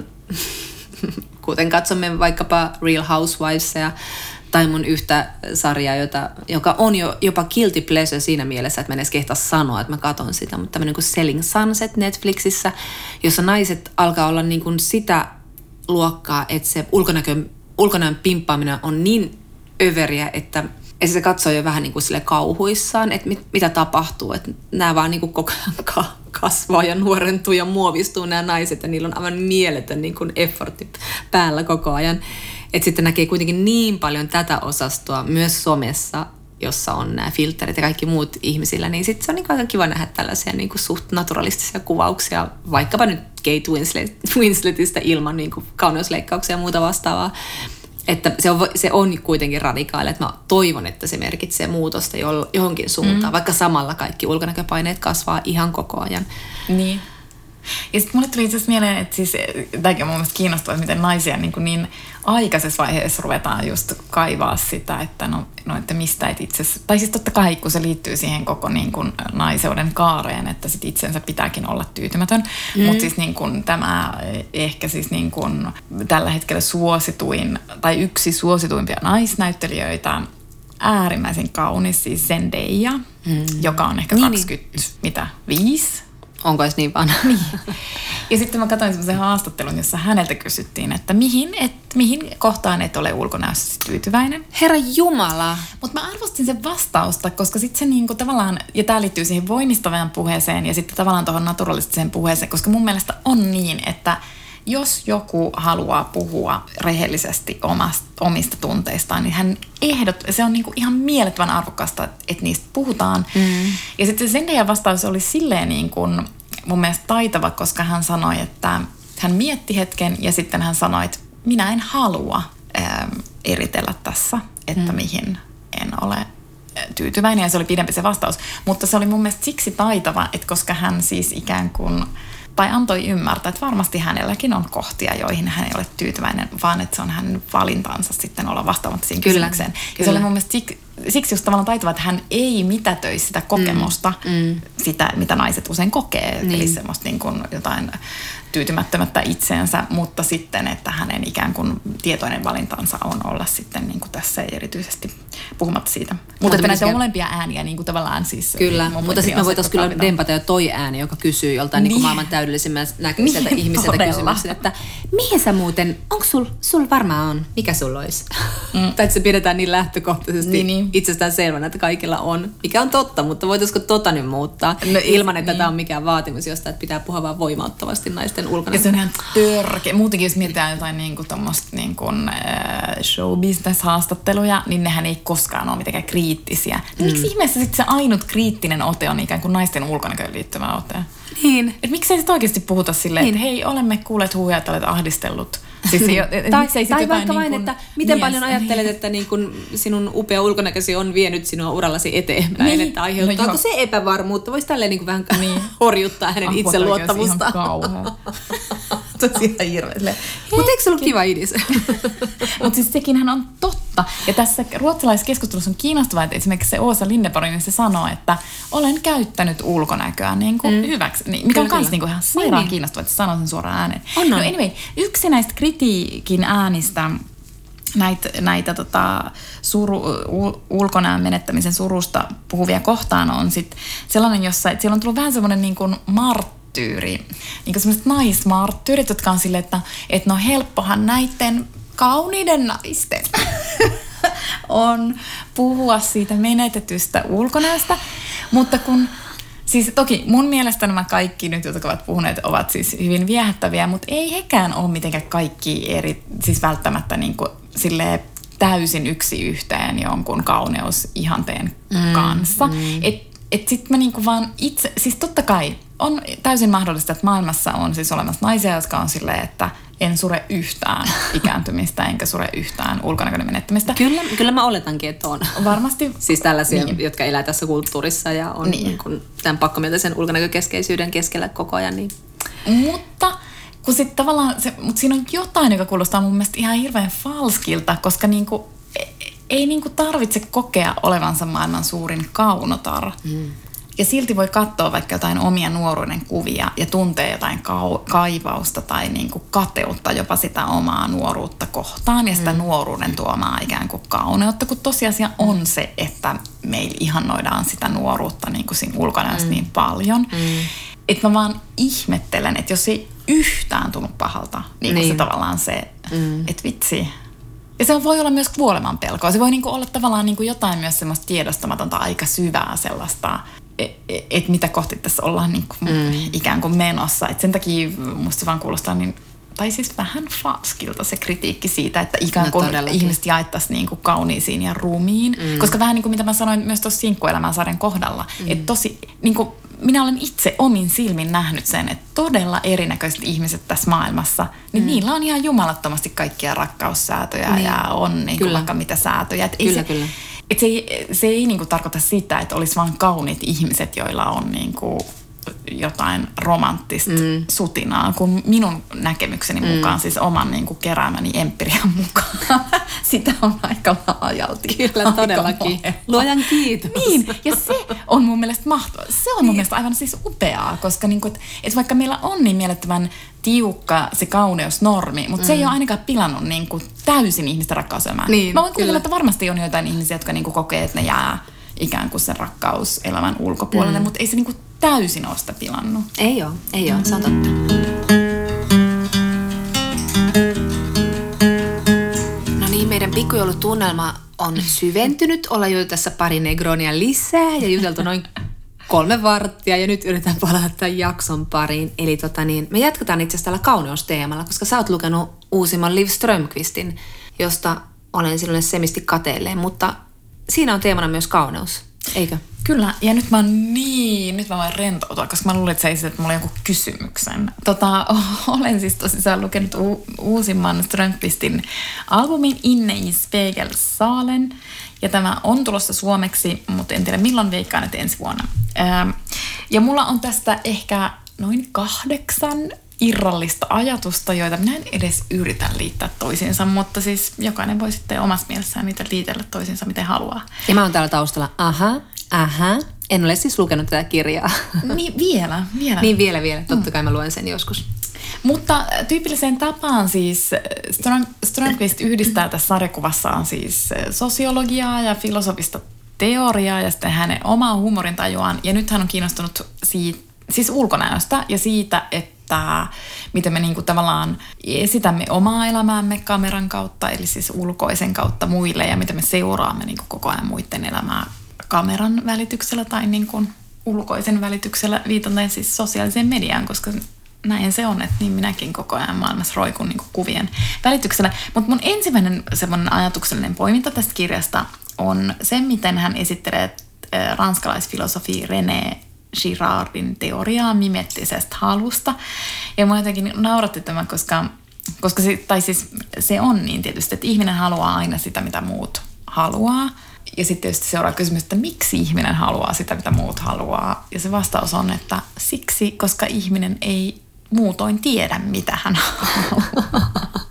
kuten katsomme vaikkapa Real Housewivesia tai mun yhtä sarjaa, joka on jo jopa guilty pleasure siinä mielessä, että mä en edes kehtaa sanoa, että mä katon sitä, mutta tämmöinen kuin Selling Sunset Netflixissä, jossa naiset alkaa olla niin kuin sitä luokkaa, että se ulkonäön pimppaaminen on niin överiä, että se katsoo jo vähän niin kuin sille kauhuissaan, että mitä tapahtuu, että nämä vaan niin kuin koko ajan kasvaa ja nuorentuu ja muovistuu nämä naiset ja niillä on aivan mieletön niin kuin effortti päällä koko ajan. Että sitten näkee kuitenkin niin paljon tätä osastoa myös somessa, jossa on nämä filterit ja kaikki muut ihmisillä, niin sitten se on niin aika kiva nähdä tällaisia niin kuin suht naturalistisia kuvauksia, vaikkapa nyt Kate Winsletistä ilman niin kuin kauneusleikkauksia ja muuta vastaavaa. Että se on kuitenkin radikaali, että mä toivon, että se merkitsee muutosta johonkin suuntaan, vaikka samalla kaikki ulkonäköpaineet kasvaa ihan koko ajan. Niin. Ja sitten mulle tuli itse asiassa mieleen, että siis, tämäkin on mun mielestä kiinnostavaa, miten naisia niin aikaisessa vaiheessa ruvetaan just kaivaa sitä, että että mistä et itse asiassa, tai siis totta kai, kun se liittyy siihen koko niin kuin naiseuden kaareen, että sit itsensä pitääkin olla tyytymätön, mutta siis niin kuin tämä ehkä siis niin kuin tällä hetkellä suosituin, tai yksi suosituimpia naisnäyttelijöitä, äärimmäisen kaunis, siis Zendaya, joka on ehkä 25. Onko edes niin vanha? Niin. Ja sitten mä katsoin semmoisen haastattelun, jossa häneltä kysyttiin, että mihin kohtaan et ole ulkonäössä tyytyväinen. Herra Jumala! Mutta mä arvostin sen vastausta, koska sitten se niinku tavallaan, ja tää liittyy siihen voimistavaan puheeseen ja sitten tavallaan tuohon naturalistiseen puheeseen, koska mun mielestä on niin, että jos joku haluaa puhua rehellisesti omista tunteistaan, niin se on niinku ihan mielettömän arvokasta, että niistä puhutaan. Ja sitten se Zendayan vastaus oli silleen niin kuin mun mielestä taitava, koska hän sanoi, että hän mietti hetken ja sitten hän sanoi, että minä en halua eritellä tässä, että mihin en ole tyytyväinen. Ja se oli pidempi se vastaus. Mutta se oli mun mielestä siksi taitava, että koska hän siis ikään kuin tai antoi ymmärtää, että varmasti hänelläkin on kohtia, joihin hän ei ole tyytyväinen, vaan että se on hänen valintansa sitten olla vastaamatta siihen kysymykseen. Ja se oli mun mielestä siksi just tavallaan taitava, että hän ei mitätöisi sitä kokemusta, sitä mitä naiset usein kokee, eli semmoista niin kuin jotain tyytymättömättä itseensä, mutta sitten, että hänen ikään kuin tietoinen valintansa on olla sitten niin kuin tässä erityisesti puhumatta siitä. Mutta että näitä molempia ääniä niin kuin tavallaan siis... Kyllä, mutta sitten me voitaisiin kyllä dempata jo toi ääni, joka kysyy joltain niin kuin maailman täydellisimmän näköiseltä ihmiseltä kysymyksen, että mihin sä muuten, onko sul varmaan on, mikä sulla olisi? Tai että se pidetään niin lähtökohtaisesti itsestään selvänä, että kaikilla on, mikä on totta, mutta voitaisiko tota nyt muuttaa ilman, että tämä on mikään vaatimus jostain, että pitää puhua vaan voimauttavasti naisten ulkona. Ja se on ihan törkeä. Muutenkin jos mietitään jotain niin kuin tommoista niin kuin show-business-haastatteluja, niin nehän ei koskaan ole mitenkään kriittisiä. Miksi ihmeessä sitten se ainut kriittinen ote on ikään kuin naisten ulkonäköön liittyvä ote? Niin. Et miksei sit oikeasti puhuta silleen, että hei, olemme kuulleet huuja, että olet ahdistellut. Siis tai vaikka vain, että miten paljon ajattelet, että niin kun sinun upea ulkonäkösi on vienyt sinua urallasi eteenpäin, että aiheuttaako se epävarmuutta? Voisi tälleen niin kuin vähän horjuttaa hänen itseluottamustaan. Tosiaan hirveä. Mutta eikö se ollut kiva idis? Mutta siis sekinhän on totta. Ja tässä ruotsalaisessa keskustelussa on kiinnostavaa, että esimerkiksi se Åsa Linderborg, niin se sanoo, että olen käyttänyt ulkonäköä niin kuin hyväksi. Mikä on myös niin kuin ihan sairaan kiinnostavaa, että se sanoo sen suoraan ääneen. No anyway, yksi näistä kritiikin äänistä, näitä ulkonäön menettämisen surusta puhuvia kohtaan on sitten sellainen, jossa siellä on tullut vähän semmoinen niin kuin marttyyri, niin kuin semmoiset naismarttyyrit, jotka on silleen, että no helppohan näiden kauniiden naisten on puhua siitä menetetystä ulkonäöstä, mutta kun siis toki mun mielestä nämä kaikki nyt, jotka ovat puhuneet, ovat siis hyvin viehättäviä, mutta ei hekään ole mitenkään kaikki siis välttämättä niin kuin silleen täysin yksi yhteen jonkun kauneusihanteen kanssa. Et sit mä niinku vaan itse, siis totta kai on täysin mahdollista, että maailmassa on siis olemassa naisia, jotka on silleen, että en sure yhtään ikääntymistä, enkä sure yhtään ulkonäköinen menettämistä. Kyllä mä oletankin, että on. Varmasti. Siis tällaisia, jotka elää tässä kulttuurissa ja on niin kuin tämän pakkomielteisen ulkonäkökeskeisyyden keskellä koko ajan. Niin. Mutta kun sitten tavallaan, mutta siinä on jotain, joka kuulostaa mun mielestä ihan hirveän falskilta, koska niinku, ei niinku tarvitse kokea olevansa maailman suurin kaunotar. Ja silti voi katsoa vaikka jotain omia nuoruuden kuvia ja tuntee jotain kaivausta tai niinku kateutta jopa sitä omaa nuoruutta kohtaan ja sitä nuoruuden tuomaa ikään kuin kauneutta, kun tosiasia on se, että meillä ihannoidaan sitä nuoruutta niinku siinä ulkonäössä niin paljon. Että mä vaan ihmettelen, että jos ei yhtään tunnu pahalta, niin se tavallaan se, että vitsi. Ja se voi olla myös kuoleman pelkoa. Se voi niinku olla tavallaan niinku jotain myös semmoista tiedostamatonta, aika syvää sellaista, että mitä kohti tässä ollaan niinku ikään kuin menossa. Et sen takia musta se vaan kuulostaa niin, tai siis vähän falskilta se kritiikki siitä, että ikään kuin ihmiset jaettaisiin niinku kauniisiin ja ruumiin. Koska vähän niin kuin mitä mä sanoin myös tuossa Sinkkuelämän-sarjan kohdalla, että tosi niinku, minä olen itse omin silmin nähnyt sen, että todella erinäköiset ihmiset tässä maailmassa, niin niillä on ihan jumalattomasti kaikkia rakkaussäätöjä ja on niin kuin vaikka mitä säätöjä. Että kyllä. Se ei niin kuin tarkoita sitä, että olisi vain kauniit ihmiset, joilla on niin kuin jotain romanttista sutinaa, kun minun näkemykseni mukaan, siis oman niin kuin keräämäni empirian mukaan, sitä on aika laajalti. Kyllä, todellakin. Luojan kiitos. Niin, ja se on mun mielestä mahtavaa. Se on mun mielestä aivan siis upeaa, koska niin kuin, että vaikka meillä on niin mielettömän tiukka se kauneusnormi, mutta se ei ole ainakaan pilannut niin kuin täysin ihmisten rakkauselämää. Niin, mä voin kuvitella, että varmasti on joitain ihmisiä, jotka niin kuin kokee, että ne jää ikään kuin sen rakkauselämän ulkopuolelle, mutta ei se niin kuin täysin ole sitä pilannut. Ei ole, se on totta. No niin, meidän pikkujoulutunnelma on syventynyt. Ollaan jo tässä pari negronia lisää ja juteltu noin 3 varttia ja nyt yritän palata tämän jakson pariin. Eli me jatketaan itse asiassa tällä kauneusteemalla, koska sä oot lukenut uusimman Liv Strömqvistin, josta olen silloin semisti kateelleen, mutta siinä on teemana myös kauneus, eikö? Kyllä, ja nyt mä voin rentoutua, koska mä luulin, että sä esität mulle jonkun kysymyksen. Olen siis tosissaan lukenut uusimman Strömqvistin albumin Inne i Spegelsalen, ja tämä on tulossa suomeksi, mutta en tiedä milloin, veikkaan, että ensi vuonna. Ja mulla on tästä ehkä noin 8 irrallista ajatusta, joita minä en edes yritä liittää toisiinsa, mutta siis jokainen voi sitten omassa mielessään niitä liitellä toisiinsa miten haluaa. Ja mä oon täällä taustalla, en ole siis lukenut tätä kirjaa. Niin vielä. Niin vielä. Totta kai mä luen sen joskus. Mutta tyypilliseen tapaan siis Strömqvist yhdistää tässä sarjakuvassaan siis sosiologiaa ja filosofista teoriaa ja sitten hänen omaa huumorintajuaan. Ja nyt hän on kiinnostunut siitä, siis ulkonäöstä ja siitä, että miten me niinku tavallaan esitämme omaa elämäämme kameran kautta, eli siis ulkoisen kautta muille ja miten me seuraamme niinku koko ajan muiden elämää kameran välityksellä tai niinku ulkoisen välityksellä, viitaten siis sosiaaliseen mediaan, koska näin se on, että niin minäkin koko ajan maailmassa roikun niinku kuvien välityksellä. Mutta mun ensimmäinen semmoinen ajatuksellinen poiminta tästä kirjasta on se, miten hän esittelee ranskalaisfilosofi René Girardin teoriaa mimettisestä halusta. Ja mua jotenkin nauratti tämä, koska se on niin tietysti, että ihminen haluaa aina sitä, mitä muut haluaa. Ja sitten tietysti seuraa kysymys, että miksi ihminen haluaa sitä, mitä muut haluaa. Ja se vastaus on, että siksi, koska ihminen ei muutoin tiedä, mitä hän haluaa.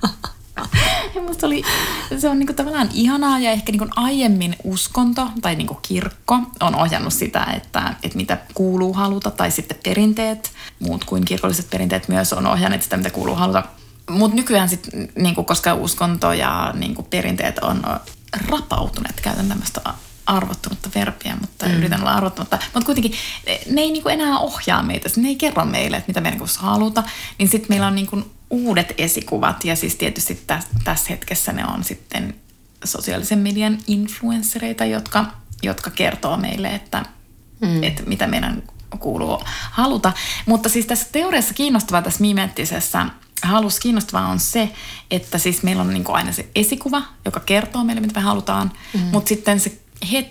Ja musta se on niinku tavallaan ihanaa ja ehkä niinku aiemmin uskonto tai niinku kirkko on ohjannut sitä, että mitä kuuluu haluta tai sitten perinteet, muut kuin kirkolliset perinteet myös on ohjanneet sitä, mitä kuuluu haluta. Mutta nykyään sitten, niinku, koska uskonto ja niinku, perinteet on rapautuneet, käytän tämmöistä arvottunutta verbiä, mutta yritän olla arvottamatta. Mutta kuitenkin ne ei niinku enää ohjaa meitä, ne ei kerro meille, että mitä me niinku haluta, niin sitten meillä on niinku uudet esikuvat ja siis tietysti tässä hetkessä ne on sitten sosiaalisen median influenssereita, jotka kertoo meille, että mitä meidän kuuluu haluta. Mutta siis tässä teoriassa kiinnostavaa tässä mimettisessä halussa kiinnostavaa on se, että siis meillä on niin kuin aina se esikuva, joka kertoo meille, mitä me halutaan, mutta sitten se heti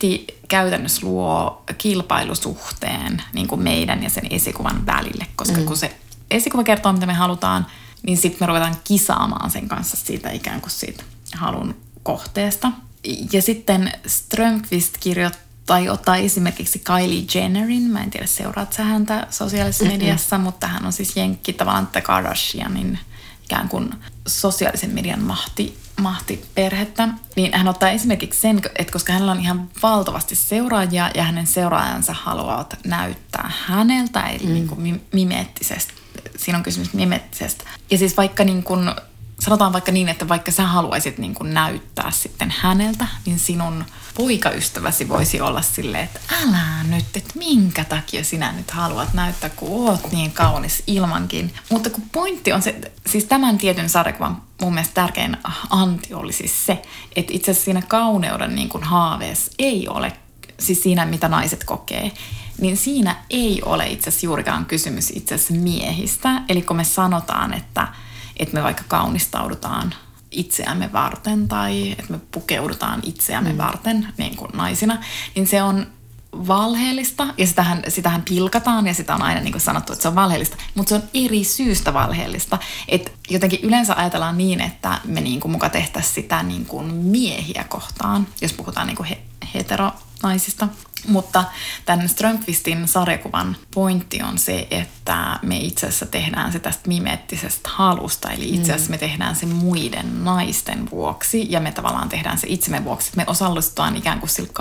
käytännössä luo kilpailusuhteen niin kuin meidän ja sen esikuvan välille, koska kun se esikuva kertoo, mitä me halutaan, niin sitten me ruvetaan kisaamaan sen kanssa siitä ikään kuin siitä halun kohteesta. Ja sitten Strömquist ottaa esimerkiksi Kylie Jennerin, mä en tiedä seuraat sä häntä sosiaalisessa mediassa, mutta hän on siis jenkki tavallaan The Kardashianin ikään kuin sosiaalisen median mahtiperhettä. Niin hän ottaa esimerkiksi sen, että koska hänellä on ihan valtavasti seuraajia ja hänen seuraajansa haluavat näyttää häneltä, eli niin kuin mimeettisesti. Siinä on kysymys mimeettisestä. Ja siis vaikka niin kuin, sanotaan vaikka niin, että vaikka sä haluaisit niin kuin näyttää sitten häneltä, niin sinun poikaystäväsi voisi olla silleen, että älä nyt, että minkä takia sinä nyt haluat näyttää, kun oot niin kaunis ilmankin. Mutta kun pointti on se, siis tämän tietyn sarjakuvan mun mielestä tärkein anti oli siis se, että itse asiassa siinä kauneuden niin kuin haaveessa ei ole, siis siinä mitä naiset kokee, niin siinä ei ole itse asiassa juurikaan kysymys itse asiassa miehistä. Eli kun me sanotaan, että me vaikka kaunistaudutaan itseämme varten tai että me pukeudutaan itseämme varten niin kuin naisina, niin se on valheellista ja sitähän pilkataan ja sitä on aina niin kuin sanottu, että se on valheellista, mutta se on eri syystä valheellista. Että jotenkin yleensä ajatellaan niin, että me niin kuin muka tehtäisiin sitä niin kuin miehiä kohtaan, jos puhutaan niin kuin heteronaisista. Mutta tämän Strömquistin sarjakuvan pointti on se, että me itse asiassa tehdään se tästä mimeettisestä halusta. Eli itse asiassa me tehdään se muiden naisten vuoksi ja me tavallaan tehdään se itsemme vuoksi. Me osallistutaan ikään kuin sillä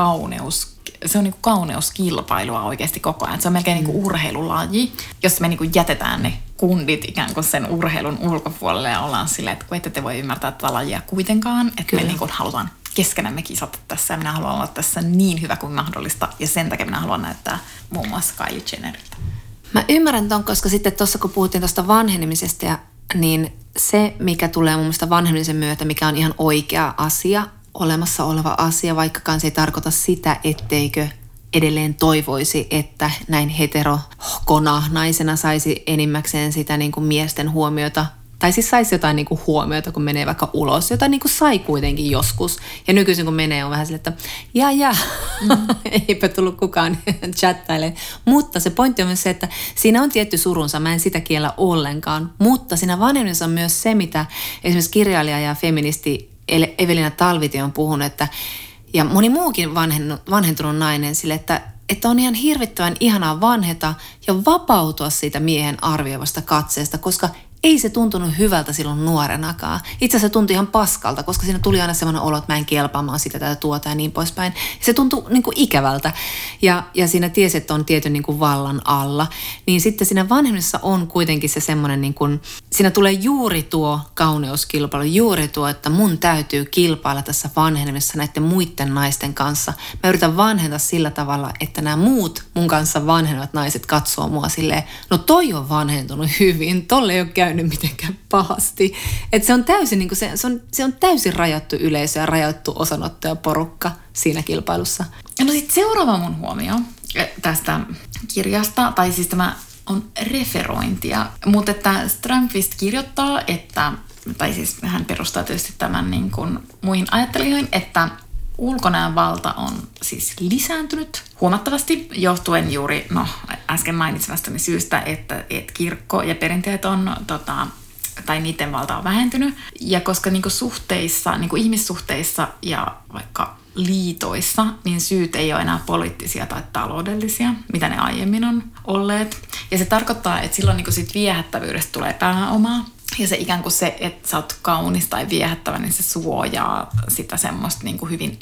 se on niin kuin kauneuskilpailua oikeasti koko ajan. Se on melkein niin kuin urheilulaji, jossa me niin kuin jätetään ne kundit ikään kuin sen urheilun ulkopuolelle ja ollaan silleen, että kun ette te voi ymmärtää tätä lajia kuitenkaan, että me niin kuin halutaan keskenämme kisata tässä ja minä haluan olla tässä niin hyvä kuin mahdollista ja sen takia minä haluan näyttää muun muassa Kylie Jenneriltä. Mä ymmärrän ton, koska sitten tuossa kun puhuttiin tuosta vanhenemisesta, niin se mikä tulee mun mielestä vanhenemisen myötä, mikä on ihan oikea asia, olemassa oleva asia, vaikkakaan se ei tarkoita sitä, etteikö edelleen toivoisi, että näin heterokona naisena saisi enimmäkseen sitä niin kuin miesten huomiota. Tai siis saisi jotain niin kuin huomiota, kun menee vaikka ulos. Jotain niin kuin sai kuitenkin joskus. Ja nykyisin kun menee on vähän sille, että eipä tullut kukaan chattailemaan. Mutta se pointti on myös se, että siinä on tietty surunsa. Mä en sitä kiellä ollenkaan. Mutta siinä vanhemmissa on myös se, mitä esimerkiksi kirjailija ja feministi Evelina Talvitie on puhunut, että, ja moni muukin vanhentunut nainen sille, että on ihan hirvittävän ihanaa vanheta ja vapautua siitä miehen arvioivasta katseesta, koska ei se tuntunut hyvältä silloin nuorenakaan. Itse asiassa se tuntui ihan paskalta, koska siinä tuli aina semmoinen olo, että mä en kelpaamaan sitä tätä tuota ja niin poispäin. Se tuntui niin kuin ikävältä ja siinä tiesi, että on tietyn niin kuin vallan alla. Niin sitten siinä vanhemmissa on kuitenkin se semmoinen, niin kuin, siinä tulee juuri tuo kauneuskilpailu, juuri tuo, että mun täytyy kilpailla tässä vanhemmissa näiden muiden naisten kanssa. Mä yritän vanheta sillä tavalla, että nämä muut mun kanssa vanhenevat naiset katsoo mua silleen, no toi on vanhentunut hyvin, tolle ei ole käynyt mitenkään pahasti. Että se on täysin niin kuin se on täysin rajattu yleisö ja rajattu osanottajaporukka siinä kilpailussa. No sitten seuraava mun huomio tästä kirjasta, tai siis tämä on referointia, mutta että Strömquist kirjoittaa, tai siis hän perustaa tietysti tämän niin kuin muihin ajattelijoihin, että ulkonäön valta on siis lisääntynyt huomattavasti johtuen juuri äsken mainitsemastani syystä, että kirkko ja perinteet on tai niiden valta on vähentynyt. Ja koska niinku suhteissa, niinku ihmissuhteissa ja vaikka liitoissa, niin syyt ei ole enää poliittisia tai taloudellisia, mitä ne aiemmin on olleet. Ja se tarkoittaa, että silloin niinku sit viehättävyydestä tulee pääomaa. Ja se ikään kuin se, että sä oot kaunis tai viehättävä, niin se suojaa sitä semmoista niin kuin hyvin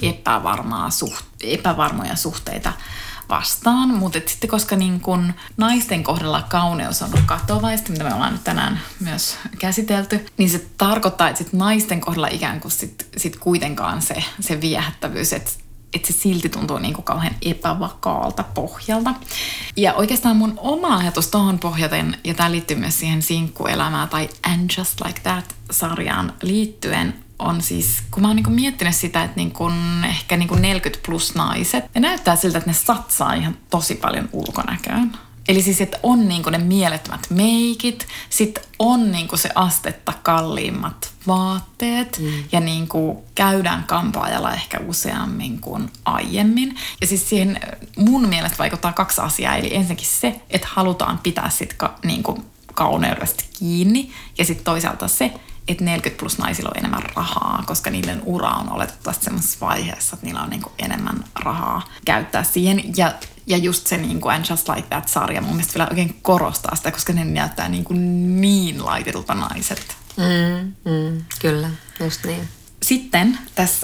epävarmoja suhteita vastaan. Mutta sitten koska niin kuin naisten kohdalla kauneus on katovaista, mitä me ollaan nyt tänään myös käsitelty, niin se tarkoittaa, että sit naisten kohdalla ikään kuin sit kuitenkaan se viehättävyys, että se silti tuntuu niin kuin kauhean epävakaalta pohjalta. Ja oikeastaan mun oma ajatus tohon pohjaten, ja tämä liittyy myös siihen sinkkuelämään tai And Just Like That-sarjaan liittyen, on siis, kun mä oon niin kuin miettinyt sitä, että niin kuin ehkä niin kuin 40 plus naiset, ne näyttää siltä, että ne satsaa ihan tosi paljon ulkonäköön. Eli siis, että on niinku ne mielettömät meikit, sitten on niinku se astetta kalliimmat vaatteet ja niinku käydään kampaajalla ehkä useammin kuin aiemmin. Ja siis siihen mun mielestä vaikuttaa 2 asiaa. Eli ensinnäkin se, että halutaan pitää sit niinku kauneudesta kiinni ja sitten toisaalta se, että 40+ naisilla on enemmän rahaa, koska niiden ura on oletettavasti semmoisessa vaiheessa, että niillä on niinku enemmän rahaa käyttää siihen. Ja just se niinku And Just Like That-sarja mun mielestä vielä oikein korostaa sitä, koska ne näyttää niin laitetulta naiset. Kyllä, just niin. Sitten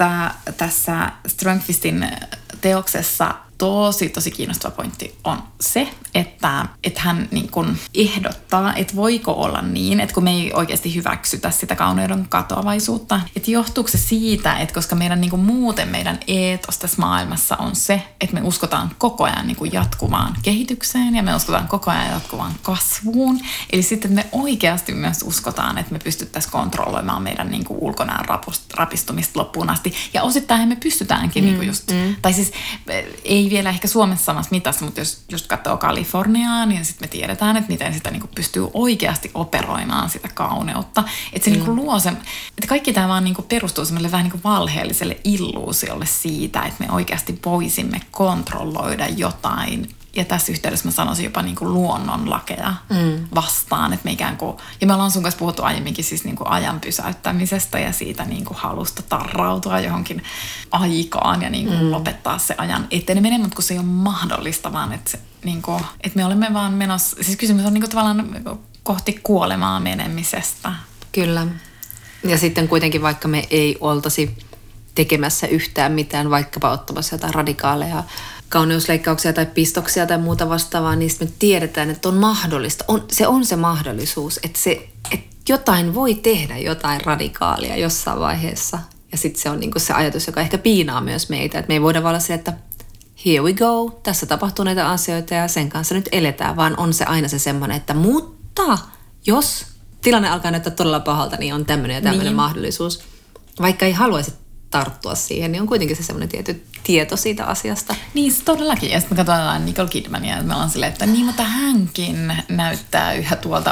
tässä Strömqvistin teoksessa tosi kiinnostava pointti on se, että hän niin kuin ehdottaa, että voiko olla niin, että kun me ei oikeasti hyväksytä sitä kauneuden katoavaisuutta, että johtuuko se siitä, että koska meidän niin kuin muuten meidän eetos tässä maailmassa on se, että me uskotaan koko ajan niin kuin jatkuvaan kehitykseen ja me uskotaan koko ajan jatkuvaan kasvuun. Eli sitten me oikeasti myös uskotaan, että me pystyttäisiin kontrolloimaan meidän niin kuin ulkonäön rapistumista loppuun asti. Ja osittain me pystytäänkin niin kuin just, tai siis ei vielä ehkä Suomessa samassa mitassa, mutta jos just katsoo Kaliforniaa, niin sitten me tiedetään, että miten sitä niinku pystyy oikeasti operoimaan sitä kauneutta. Että se niinku luo se, että kaikki tämä vaan niinku perustuu semmoille vähän niinku valheelliselle illuusiolle siitä, että me oikeasti voisimme kontrolloida jotain. Ja tässä yhteydessä mä sanoisin jopa niinku luonnonlakeja vastaan, että me ikään kuin, ja me ollaan sun kanssa puhuttu aiemminkin siis niinku ajan pysäyttämisestä ja siitä niinku halusta tarrautua johonkin aikaan ja niinku lopettaa se ajan eteneminen, mutta kun se ei ole mahdollista, vaan että, se, niinku, että me olemme vaan menossa, siis kysymys on niinku tavallaan kohti kuolemaa menemisestä. Kyllä. Ja sitten kuitenkin vaikka me ei oltaisi tekemässä yhtään mitään, vaikkapa ottamassa jotain radikaaleja kauneusleikkauksia tai pistoksia tai muuta vastaavaa, niin me tiedetään, että on mahdollista. Se on se mahdollisuus, että jotain voi tehdä jotain radikaalia jossain vaiheessa. Ja sitten se on niinku se ajatus, joka ehkä piinaa myös meitä. Että me ei voida vaan olla se, että here we go, tässä tapahtuu näitä asioita ja sen kanssa nyt eletään, vaan on se aina se semmoinen, että mutta jos tilanne alkaa näyttää todella pahalta, niin on tämmöinen ja tämmöinen mahdollisuus. Vaikka ei haluaisi tarttua siihen, niin on kuitenkin se semmoinen tietty tieto siitä asiasta. Niin, se todellakin. Ja sitten me katsotaan Nicole Kidmania, ja me ollaan silleen, että niin, mutta hänkin näyttää yhä tuolta,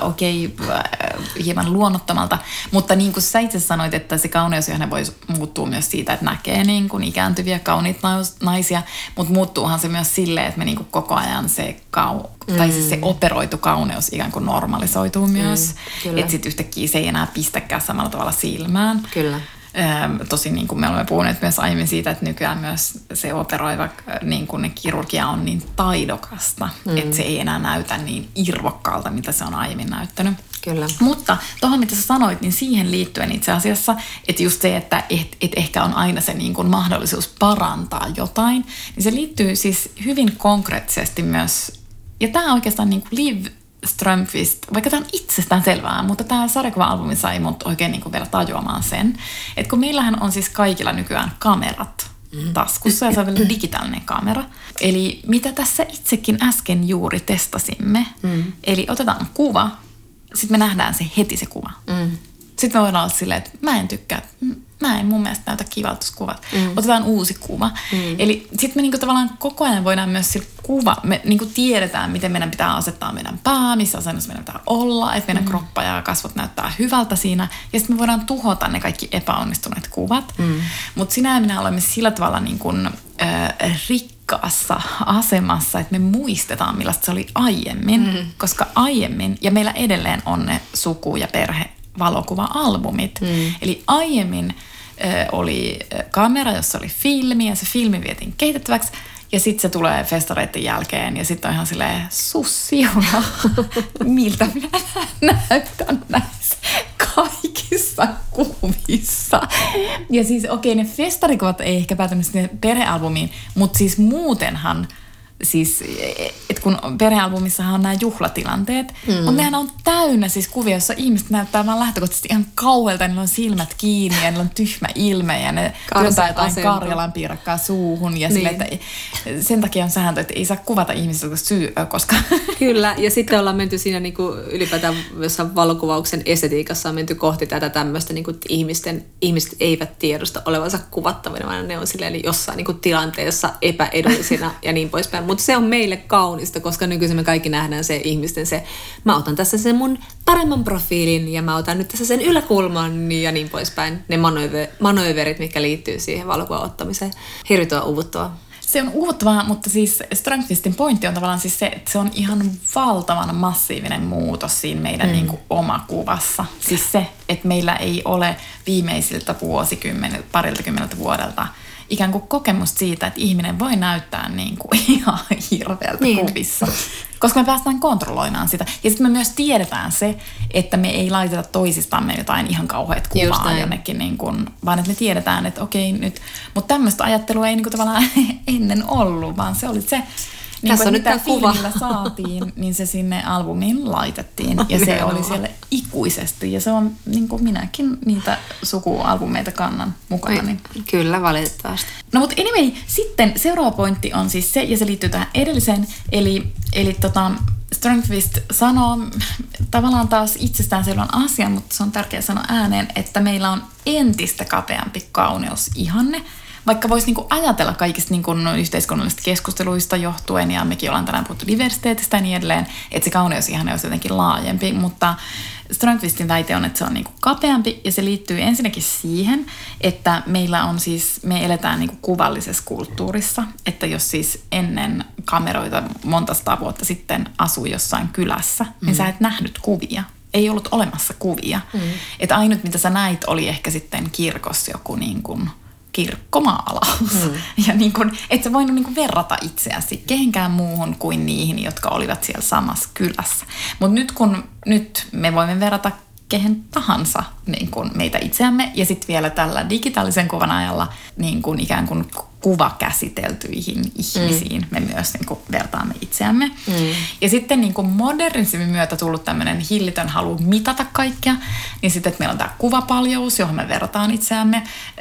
hieman luonnottomalta. Mutta niin kuin sä itse sanoit, että se kauneus johon voi muuttua myös siitä, että näkee niin kuin ikääntyviä kauniita naisia, mutta muuttuuhan se myös silleen, että me niin kuin koko ajan tai siis se operoitu kauneus ikään kuin normalisoituu myös. Että sitten yhtäkkiä se ei enää pistäkään samalla tavalla silmään. Kyllä. Tosin niin kuin me olemme puhuneet myös aiemmin siitä, että nykyään myös se operoiva niin kuin kirurgia on niin taidokasta, että se ei enää näytä niin irvokkaalta, mitä se on aiemmin näyttänyt. Kyllä. Mutta tuohon, mitä sä sanoit, niin siihen liittyen itse asiassa, että just se, että ehkä on aina se niin kuin mahdollisuus parantaa jotain, niin se liittyy siis hyvin konkreettisesti myös, ja tämä oikeastaan niin kuin Liv Strömqvist, vaikka tämä on itsestään selvää, mutta tämä sarjakuva-albumi sai mut oikein niin kuin vielä tajuamaan sen, että kun meillähän on siis kaikilla nykyään kamerat taskussa ja se on vielä digitaalinen kamera. Eli mitä tässä itsekin äsken juuri testasimme, eli otetaan kuva, sitten me nähdään se heti se kuva. Sitten me voidaan olla silleen, että mä en tykkää, mun mielestä näytä kivalta kuvat. Otetaan uusi kuva. Eli sitten me niinku tavallaan koko ajan voidaan myös sillä me niinku tiedetään, miten meidän pitää asettaa meidän pää, missä asennossa meidän pitää olla, että meidän kroppa ja kasvot näyttää hyvältä siinä. Ja sitten me voidaan tuhota ne kaikki epäonnistuneet kuvat. Mutta sinä ja minä olemme sillä tavalla niin kuin, rikkaassa asemassa, että me muistetaan, millaista se oli aiemmin. Koska aiemmin, ja meillä edelleen on ne suku- ja perhe-valokuva-albumit. Eli aiemmin oli kamera, jossa oli filmi, ja se filmi vietiin kehitettäväksi. Ja sitten se tulee festareiden jälkeen, ja sitten on ihan silleen, sussiuna, miltä minä näytän näissä kaikissa kuvissa. Ja siis ne festarikuvat ei ehkä päätynyt sinne perhealbumiin, mutta siis muutenhan, siis, että kun perhealbumissahan on nämä juhlatilanteet, mutta nehän on täynnä siis kuvia, joissa ihmiset näyttää vaan lähtökohtaisesti ihan kauhealta, ja niillä on silmät kiinni, ja niillä on tyhmä ilme, ja ne työntää jotain Karjalan piirakkaa suuhun, ja sille, että sen takia on sääntö, että ei saa kuvata ihmisiä koska... Kyllä, ja sitten ollaan menty siinä niin kuin ylipäätään jossain valokuvauksen estetiikassa on menty kohti tätä tämmöistä, niin kuin, että ihmiset eivät tiedosta olevansa kuvattavina, vaan ne on silleen jossain niin kuin tilanteessa epäedullisina ja niin poispäin. mutta se on meille kaunista, koska nykyisin me kaikki nähdään se ihmisten se, mä otan tässä sen mun paremman profiilin ja mä otan nyt tässä sen yläkulman ja niin poispäin. Ne manööverit, mitkä liittyy siihen valokuvan ottamiseen. Hirvittävän uvuttavaa. Se on uuvuttavaa, mutta siis Strömqvistin pointti on tavallaan siis se, että se on ihan valtavan massiivinen muutos siinä meidän niin kuin omakuvassa. Siis se, että meillä ei ole viimeisiltä pariltakymmeneltä vuodelta ikään kuin kokemusta siitä, että ihminen voi näyttää niin kuin ihan hirveältä kuvissa. Koska me päästään kontrolloimaan sitä. Ja sitten me myös tiedetään se, että me ei laiteta toisistamme jotain ihan kauheat kuvaa jonnekin, niin kuin, vaan että me tiedetään, että okei nyt. Mutta tämmöistä ajattelua ei niin kuin tavallaan ennen ollut, vaan se oli se, niin kuin, mitä filmillä saatiin, niin se sinne albumiin laitettiin. Ja se oli siellä ikuisesti. Ja se on, niin kuin minäkin niitä sukualbumeita kannan mukana. Niin. Kyllä, valitettavasti. No mutta anyway, sitten seuraava pointti on siis se, ja se liittyy tähän edelliseen, eli Strömqvist sanoo tavallaan taas itsestäänselvän asian, mutta se on tärkeää sanoa ääneen, että meillä on entistä kapeampi kauneusihanne. Vaikka voisi niinku ajatella kaikista niinku yhteiskunnallisista keskusteluista johtuen, ja mekin ollaan tänään puhuttu diversiteetistä ja niin edelleen, että se kauneusihanne olisi jotenkin laajempi, mutta Strömqvistin väite on, että se on niinku kapeampi, ja se liittyy ensinnäkin siihen, että meillä on siis, me eletään niinku kuvallisessa kulttuurissa, että jos siis ennen kameroita monta 100 vuotta sitten asui jossain kylässä, niin sä et nähnyt kuvia. Ei ollut olemassa kuvia. Että ainut, mitä sä näit, oli ehkä sitten kirkossa joku niin kuin kirkkomaalaus. Ja niin kuin, et sä voinut niin kuin verrata itseäsi kehenkään muuhun kuin niihin, jotka olivat siellä samassa kylässä. Mutta nyt me voimme verrata kehen tahansa niin kuin meitä itseämme, ja sitten vielä tällä digitaalisen kuvan ajalla niin kuin ikään kuin kuvakäsiteltyihin ihmisiin me myös niin kuin vertaamme itseämme. Ja sitten niin kuin modernismin myötä tullut tämmöinen hillitön halu mitata kaikkea, niin sitten että meillä on tämä kuvapaljous, johon me verrataan itseämme,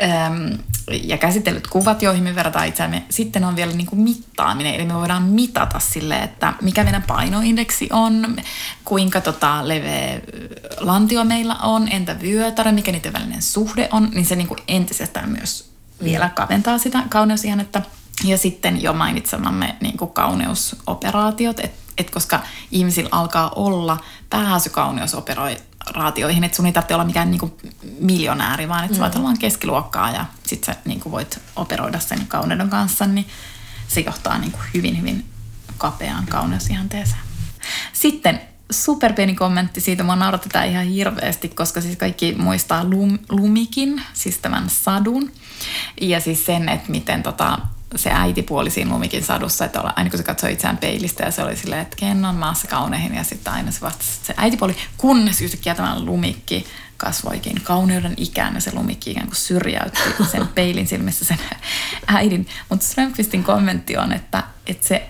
ja käsitellyt kuvat, joihin me verrataan itseämme. Sitten on vielä niin kuin mittaaminen, eli me voidaan mitata silleen, että mikä meidän painoindeksi on, kuinka leveä lantio meillä on, entä vyötärö, mikä niiden välinen suhde on, niin se niin kuin entisestään myös vielä kaventaa sitä kauneusihannetta. Ja sitten jo mainitsemamme niin kuin kauneusoperaatiot, että koska ihmisillä alkaa olla pääsy kauneusoperaatioihin, että sun ei tarvitse olla mikään niin kuin miljonääri, vaan että sä voit olla keskiluokkaa ja sitten sä niin kuin voit operoida sen kauneuden kanssa, niin se johtaa niin kuin hyvin, hyvin kapeaan kauneusihanteeseen. Sitten superpieni kommentti siitä, mua nauratetaan ihan hirveästi, koska siis kaikki muistaa Lumikin, siis tämän sadun. Ja siis sen, että miten se äitipuoli siinä Lumikin sadussa, että aina kun se katsoi itseään peilistä ja se oli silleen, että ken on maassa kauneihin, ja sitten aina se vastasi se äitipuoli, kunnes yhtäkkiä tämä Lumikki kasvoikin kauneuden ikään ja se Lumikki ikään kuin syrjäytti sen peilin silmissä sen äidin. Mutta Strömqvistin kommentti on, että se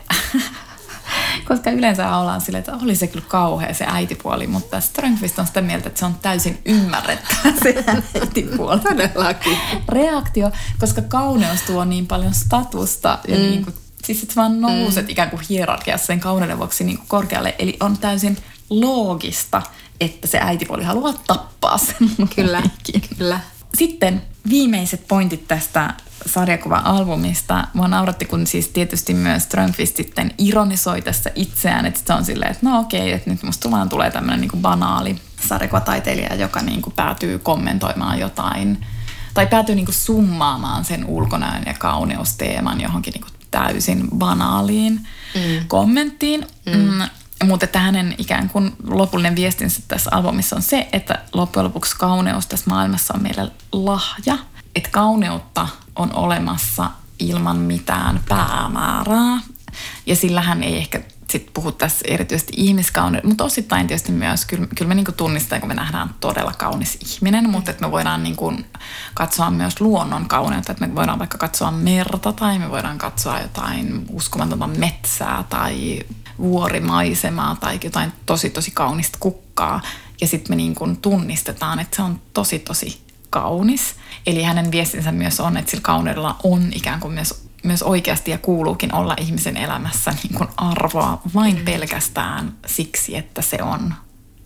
koska yleensä ollaan silleen, että oli se kyllä kauhea se äitipuoli, mutta Strömqvist on sitä mieltä, että se on täysin ymmärrettävä se äitipuoli. Todellakin. Reaktio, koska kauneus tuo niin paljon statusta ja niin kuin, siis että vaan nouset ikään kuin hierarkiassa sen kauneuden vuoksi niin kuin korkealle. Eli on täysin loogista, että se äitipuoli haluaa tappaa sen. Kyllä. Sitten viimeiset pointit tästä sarjakuva-albumista. Mua nauratti, kun siis tietysti myös Strömqvist sitten ironisoi tässä itseään, että se on silleen, että no okei, että nyt musta vaan tulee tämmöinen niin kuin banaali sarjakuvataiteilija, joka niin kuin päätyy kommentoimaan jotain, tai päätyy niin kuin summaamaan sen ulkonäön ja kauneusteeman johonkin niin kuin täysin banaaliin kommenttiin. Mutta että hänen ikään kuin lopullinen viestinsä tässä albumissa on se, että loppujen lopuksi kauneus tässä maailmassa on meille lahja. Että kauneutta on olemassa ilman mitään päämäärää. Ja sillähän ei ehkä sit puhu tässä erityisesti ihmiskauneudesta, mutta osittain tietysti myös, kyllä me niinku tunnistetaan, kun me nähdään todella kaunis ihminen, mutta että me voidaan niinku katsoa myös luonnon kauneutta, että me voidaan vaikka katsoa merta tai me voidaan katsoa jotain uskomatonta metsää tai vuorimaisemaa tai jotain tosi tosi kaunista kukkaa. Ja sitten me niin kuin tunnistetaan, että se on tosi tosi kaunis. Eli hänen viestinsä myös on, että sillä kauneudella on ikään kuin myös oikeasti ja kuuluukin olla ihmisen elämässä niin kuin arvoa vain pelkästään siksi, että se on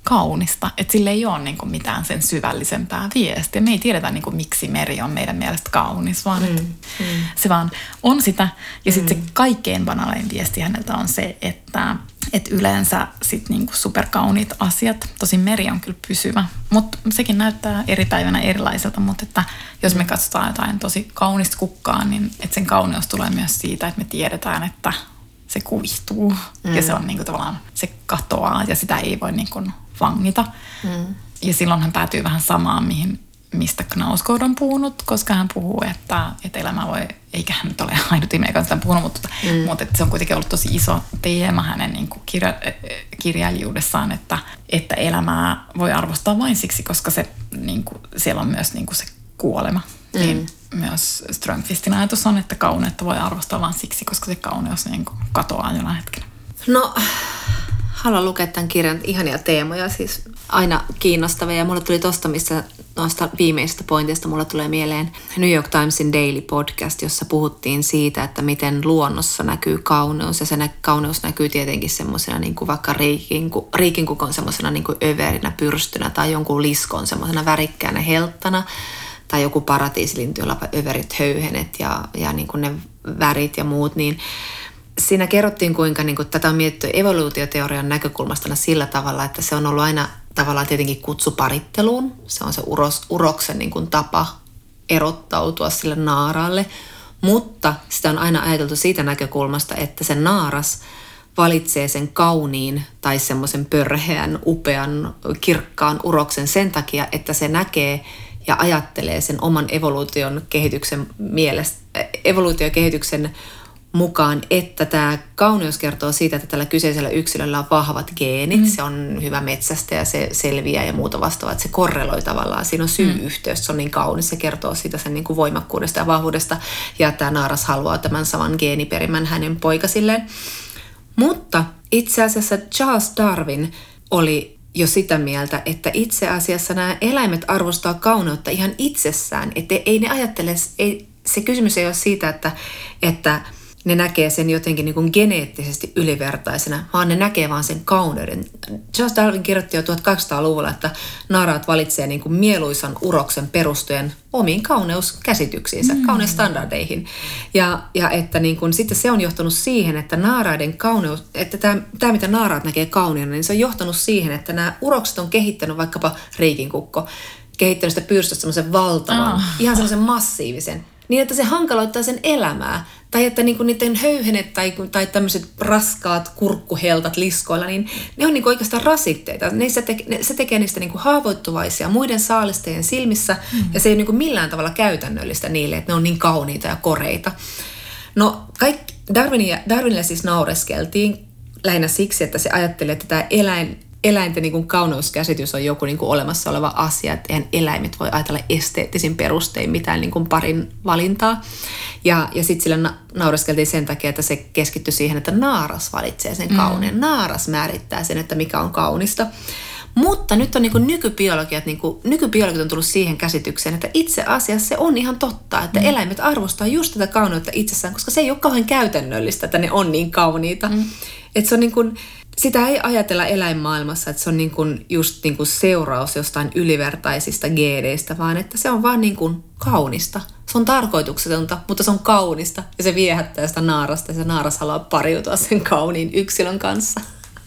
kaunista. Että sille ei ole niin kuin mitään sen syvällisempää viestiä. Me ei tiedetä niin kuin miksi meri on meidän mielestä kaunis, vaan se vaan on sitä. Ja sitten se kaikkein banalein viesti häneltä on se, että yleensä sit niinku superkauniit asiat, tosin meri on kyllä pysyvä, mutta sekin näyttää eri päivänä erilaiselta, mutta että jos me katsotaan jotain tosi kaunista kukkaa, niin että sen kauneus tulee myös siitä, että me tiedetään, että se kuihtuu ja se on niinku tavallaan, se katoaa ja sitä ei voi niinku vangita. Ja silloin hän päätyy vähän samaan, mistä Knausgård on puhunut, koska hän puhuu, että elämä voi, eikä hän nyt ole ainut ihminen, joka on sitä puhunut, mutta että se on kuitenkin ollut tosi iso teema hänen niin kuin kirjailijuudessaan, että elämää voi arvostaa vain siksi, koska se, niin kuin, siellä on myös niin kuin se kuolema. Niin myös Strömqvistin ajatus on, että kauneutta voi arvostaa vain siksi, koska se kauneus niin kuin katoaa jonain hetkenä. No, haluan lukea tämän kirjan, ihania teemoja, siis aina kiinnostavia. Ja mulle tuli tosta, missä noista viimeisistä pointeista mulle tulee mieleen New York Timesin Daily Podcast, jossa puhuttiin siitä, että miten luonnossa näkyy kauneus. Ja se kauneus näkyy tietenkin semmoisena niin kuin vaikka riikinkukon semmoisena niin kuin överinä, pyrstynä tai jonkun liskon semmoisena värikkäänä helttana. Tai joku paratiisilintu, jolla överit höyhenet ja niin kuin ne värit ja muut, niin siinä kerrottiin, kuinka niin kuin tätä on mietitty evoluutioteorian näkökulmasta sillä tavalla, että se on ollut aina tavallaan tietenkin kutsu paritteluun. Se on se uroksen niin kuin tapa erottautua sille naaraalle, mutta sitä on aina ajateltu siitä näkökulmasta, että se naaras valitsee sen kauniin tai semmoisen pörheän, upean, kirkkaan uroksen sen takia, että se näkee ja ajattelee sen oman evoluutiokehityksen mukaan, että tämä kauneus kertoo siitä, että tällä kyseisellä yksilöllä on vahvat geenit, se on hyvä metsästä ja se selviää ja muuta vastaavaa, että se korreloi tavallaan, siinä on syy-yhteys, se on niin kaunis, se kertoo siitä sen niin kuin voimakkuudesta ja vahvuudesta ja tämä naaras haluaa tämän saman geeniperimän hänen poikasilleen. Mutta itse asiassa Charles Darwin oli jo sitä mieltä, että itse asiassa nämä eläimet arvostaa kauneutta ihan itsessään, että ei ne ajattele, se kysymys ei ole siitä, että ne näkee sen jotenkin niin kuin geneettisesti ylivertaisena, vaan ne näkee vaan sen kauneuden. Charles Darwin kirjoitti jo 1800-luvulla, että naaraat valitsee niin kuin mieluisan uroksen perustuen omiin kauneuskäsityksiinsä, kauneusstandardeihin. Ja että niin kuin, sitten se on johtanut siihen, että naaraiden kauneus, että tämä mitä naaraat näkee kauniina, niin se on johtanut siihen, että nämä urokset on kehittänyt vaikkapa riikinkukko, kehittänyt sitä pyrstöstä semmoisen valtavan, ihan semmoisen massiivisen, niin että se hankaloittaa sen elämää. Tai että niinku niiden höyhenet tai tämmöiset raskaat kurkkuheltat liskoilla, niin ne on niinku oikeastaan rasitteita. Se tekee niistä niinku haavoittuvaisia muiden saalistajien silmissä, ja se ei niinku millään tavalla käytännöllistä niille, että ne on niin kauniita ja koreita. No, Darwinille siis naureskeltiin lähinnä siksi, että se ajatteli, että tämä eläinten niin kuin kauneuskäsitys on joku niin kuin olemassa oleva asia, että eihän eläimet voi ajatella esteettisin perustein mitään niin kuin parin valintaa. Ja sitten sillä naureskeltiin sen takia, että se keskittyi siihen, että naaras valitsee sen kauneen. Naaras määrittää sen, että mikä on kaunista. Mutta nyt on nykybiologit on tullut siihen käsitykseen, että itse asiassa se on ihan totta, että eläimet arvostaa just tätä kauneutta itsessään, koska se ei ole kauhean käytännöllistä, että ne on niin kauniita. Että se on niin kuin, sitä ei ajatella eläinmaailmassa, että se on niin kuin just niin kuin seuraus jostain ylivertaisista geeneistä, vaan että se on vaan niin kuin kaunista. Se on tarkoituksetonta, mutta se on kaunista ja se viehättää sitä naarasta ja se naaras haluaa pariutua sen kauniin yksilön kanssa.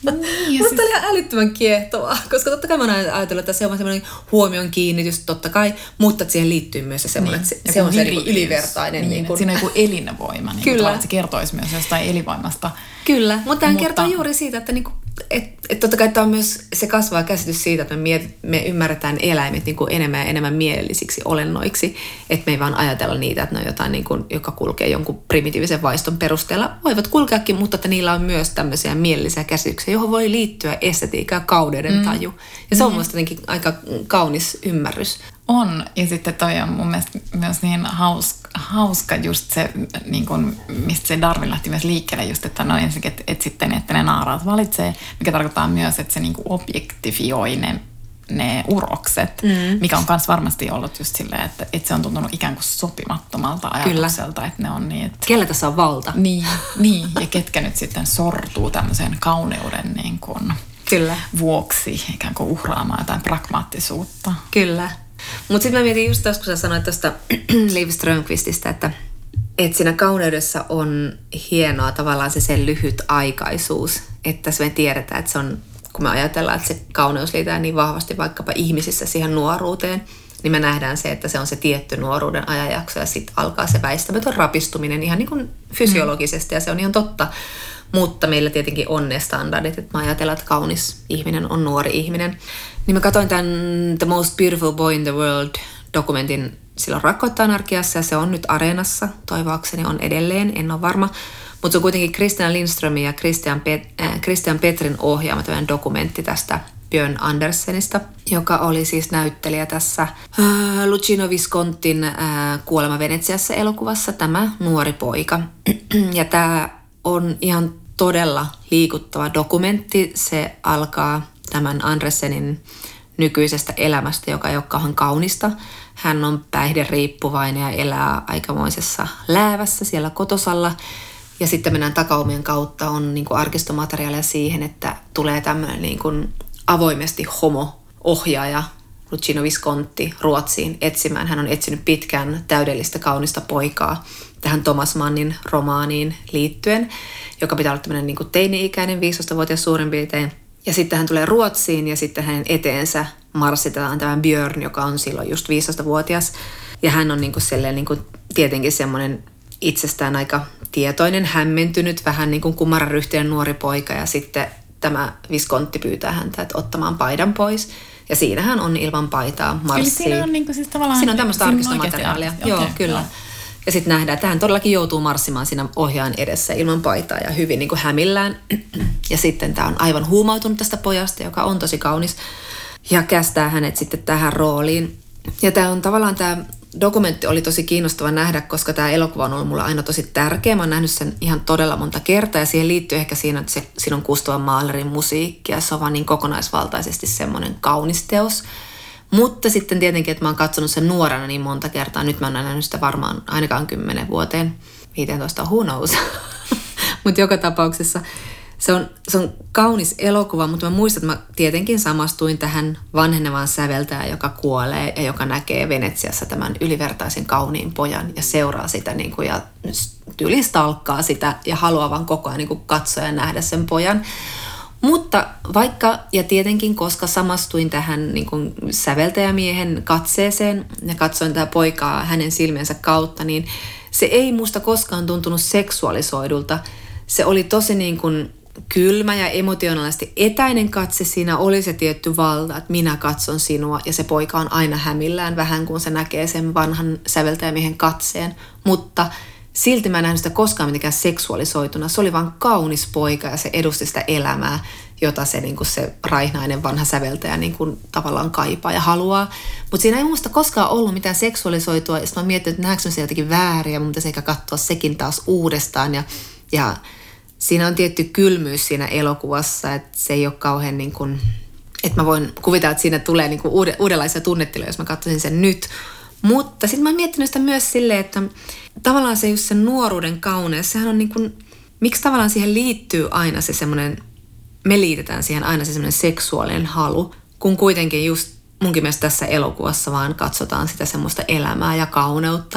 Musta oli ihan älyttömän kiehtovaa, koska totta kai mä oon ajatellut, että se on semmoinen huomion kiinnitys, totta kai, mutta siihen liittyy myös se semmoinen, että se on se niin ylivertainen. Niin, että siinä on joku elinvoima, niin kyllä. Että se kertoisi myös jostain elinvoimasta. Kyllä, mutta hän kertoo juuri siitä, että totta kai tämä on myös se kasvava käsitys siitä, että me ymmärretään eläimet niin kuin enemmän ja enemmän mielellisiksi olennoiksi, että me ei vaan ajatella niitä, että ne on jotain, niin kuin, joka kulkee jonkun primitiivisen vaiston perusteella. Voivat kulkeakin, mutta että niillä on myös tämmöisiä mielellisiä käsityksiä, johon voi liittyä estetiikka ja kauneuden taju. Ja se on mielestäni jotenkin aika kaunis ymmärrys. On, ja sitten toi on mun mielestä myös niin hauska just se, niin kun, mistä se Darwin lähti myös liikkeelle just, että no ensinnäkin, että sitten, että ne naaraat valitsee, mikä tarkoittaa myös, että se niin kuin objektifioi ne urokset, mikä on myös varmasti ollut just silleen, että se on tuntunut ikään kuin sopimattomalta ajatukselta, kyllä. Että ne on niin, että kellä tässä on valta. Niin, ja ketkä nyt sitten sortuu tämmöiseen kauneuden niin kuin Kyllä. vuoksi ikään kuin uhraamaan jotain pragmaattisuutta. Kyllä. Mutta sitten mä mietin just tuossa, kun sä sanoit tuosta Liv Strömquististä, että siinä kauneudessa on hienoa tavallaan se lyhytaikaisuus, että me tiedetään, että se on, kun me ajatellaan, että se kauneus liitään niin vahvasti vaikkapa ihmisissä siihen nuoruuteen, niin me nähdään se, että se on se tietty nuoruuden ajanjakso ja sitten alkaa se väistämätön rapistuminen ihan niin kuin fysiologisesti ja se on ihan totta. Mutta meillä tietenkin on ne standardit, että mä ajatellaan, että kaunis ihminen on nuori ihminen. Niin mä katsoin tämän The Most Beautiful Boy in the World -dokumentin silloin Rakkautta anarkiassa ja se on nyt Areenassa. Toivoakseni on edelleen, en ole varma. Mutta se on kuitenkin Christian Lindströmin ja Christian Petrin ohjaama tämmöinen dokumentti tästä Björn Andersenista, joka oli siis näyttelijä tässä Luchino Viscontin Kuolema Venetsiassa -elokuvassa, tämä nuori poika. Ja tämä on ihan todella liikuttava dokumentti. Se alkaa tämän Andersenin nykyisestä elämästä, joka ei ole kauhean kaunista. Hän on päihderiippuvainen ja elää aikamoisessa läävässä siellä kotosalla. Ja sitten mennään takaumien kautta, on niin kuin arkistomateriaalia siihen, että tulee tämmöinen niin kuin avoimesti homo-ohjaaja Luchino Visconti Ruotsiin etsimään. Hän on etsinyt pitkään täydellistä kaunista poikaa tähän Thomas Mannin romaaniin liittyen, joka pitää olla tämmöinen niin kuin teini-ikäinen, 15-vuotias suurin piirtein. Ja sitten hän tulee Ruotsiin ja sitten hänen eteensä marssitetaan tämän Björn, joka on silloin just 15-vuotias. Ja hän on niin kuin selleen, niin kuin tietenkin semmoinen itsestään aika tietoinen, hämmentynyt, vähän niin kuin kumararyhtiön nuori poika. Ja sitten tämä Visconti pyytää häntä, että ottamaan paidan pois. Ja siinähän on ilman paitaa marssii. Eli siinä on, niin kuin siis tavallaan, siinä on tämmöistä arkistomateriaalia. Joo, okay, kyllä. Joo. Ja sitten nähdään, että hän todellakin joutuu marssimaan siinä ohjaajan edessä ilman paitaa ja hyvin niin kuin hämillään. Ja sitten tämä on aivan huumautunut tästä pojasta, joka on tosi kaunis. Ja kästää hänet sitten tähän rooliin. Ja tämä on tavallaan tämä dokumentti oli tosi kiinnostava nähdä, koska tämä elokuva on ollut mulle aina tosi tärkeä. Mä oon nähnyt sen ihan todella monta kertaa ja siihen liittyy ehkä siinä, että siinä on Gustav Mahlerin musiikki ja se on vaan niin kokonaisvaltaisesti semmoinen kaunis teos. Mutta sitten tietenkin, että mä oon katsonut sen nuorena niin monta kertaa. Nyt mä oon nähnyt sitä varmaan ainakaan 10 vuoteen. 15, who knows. Mutta joka tapauksessa se on kaunis elokuva, mutta mä muistan, että mä tietenkin samastuin tähän vanhenevaan säveltäjään, joka kuolee ja joka näkee Venetsiassa tämän ylivertaisen kauniin pojan ja seuraa sitä niin kuin, ja tylistalkkaa sitä ja haluaa vaan koko ajan niin kuin katsoa ja nähdä sen pojan. Mutta vaikka, ja tietenkin koska samastuin tähän niin kuin säveltäjämiehen katseeseen ja katsoin tätä poikaa hänen silmiensä kautta, niin se ei musta koskaan tuntunut seksuaalisoidulta. Se oli tosi niin kuin kylmä ja emotionaalisesti etäinen katse. Siinä oli se tietty valta, että minä katson sinua ja se poika on aina hämillään vähän, kun se näkee sen vanhan säveltäjämiehen katseen. Mutta silti mä en nähnyt sitä koskaan mitenkään seksuaalisoituna. Se oli vaan kaunis poika ja se edusti sitä elämää, jota se, niin kuin se raihnainen vanha säveltäjä niin kuin tavallaan kaipaa ja haluaa. Mutta siinä ei muista koskaan ollut mitään seksuaalisoitua. Ja sitten mä mietin, että nähdäänkö se jotenkin väärin ja mun pitäisi ehkä katsoa sekin taas uudestaan. Ja siinä on tietty kylmyys siinä elokuvassa, että se ei ole kauhean niin kuin, että mä voin kuvitella, että siinä tulee niin kuin uudenlaisia tunnetiloja, jos mä katsoisin sen nyt. Mutta sitten mä oon miettinyt sitä myös silleen, että tavallaan se just sen nuoruuden kauneus, sehän on niin kuin, miksi tavallaan siihen liittyy aina se semmoinen, me liitetään siihen aina se semmoinen seksuaalinen halu, kun kuitenkin just munkin mielestä tässä elokuvassa vaan katsotaan sitä semmoista elämää ja kauneutta.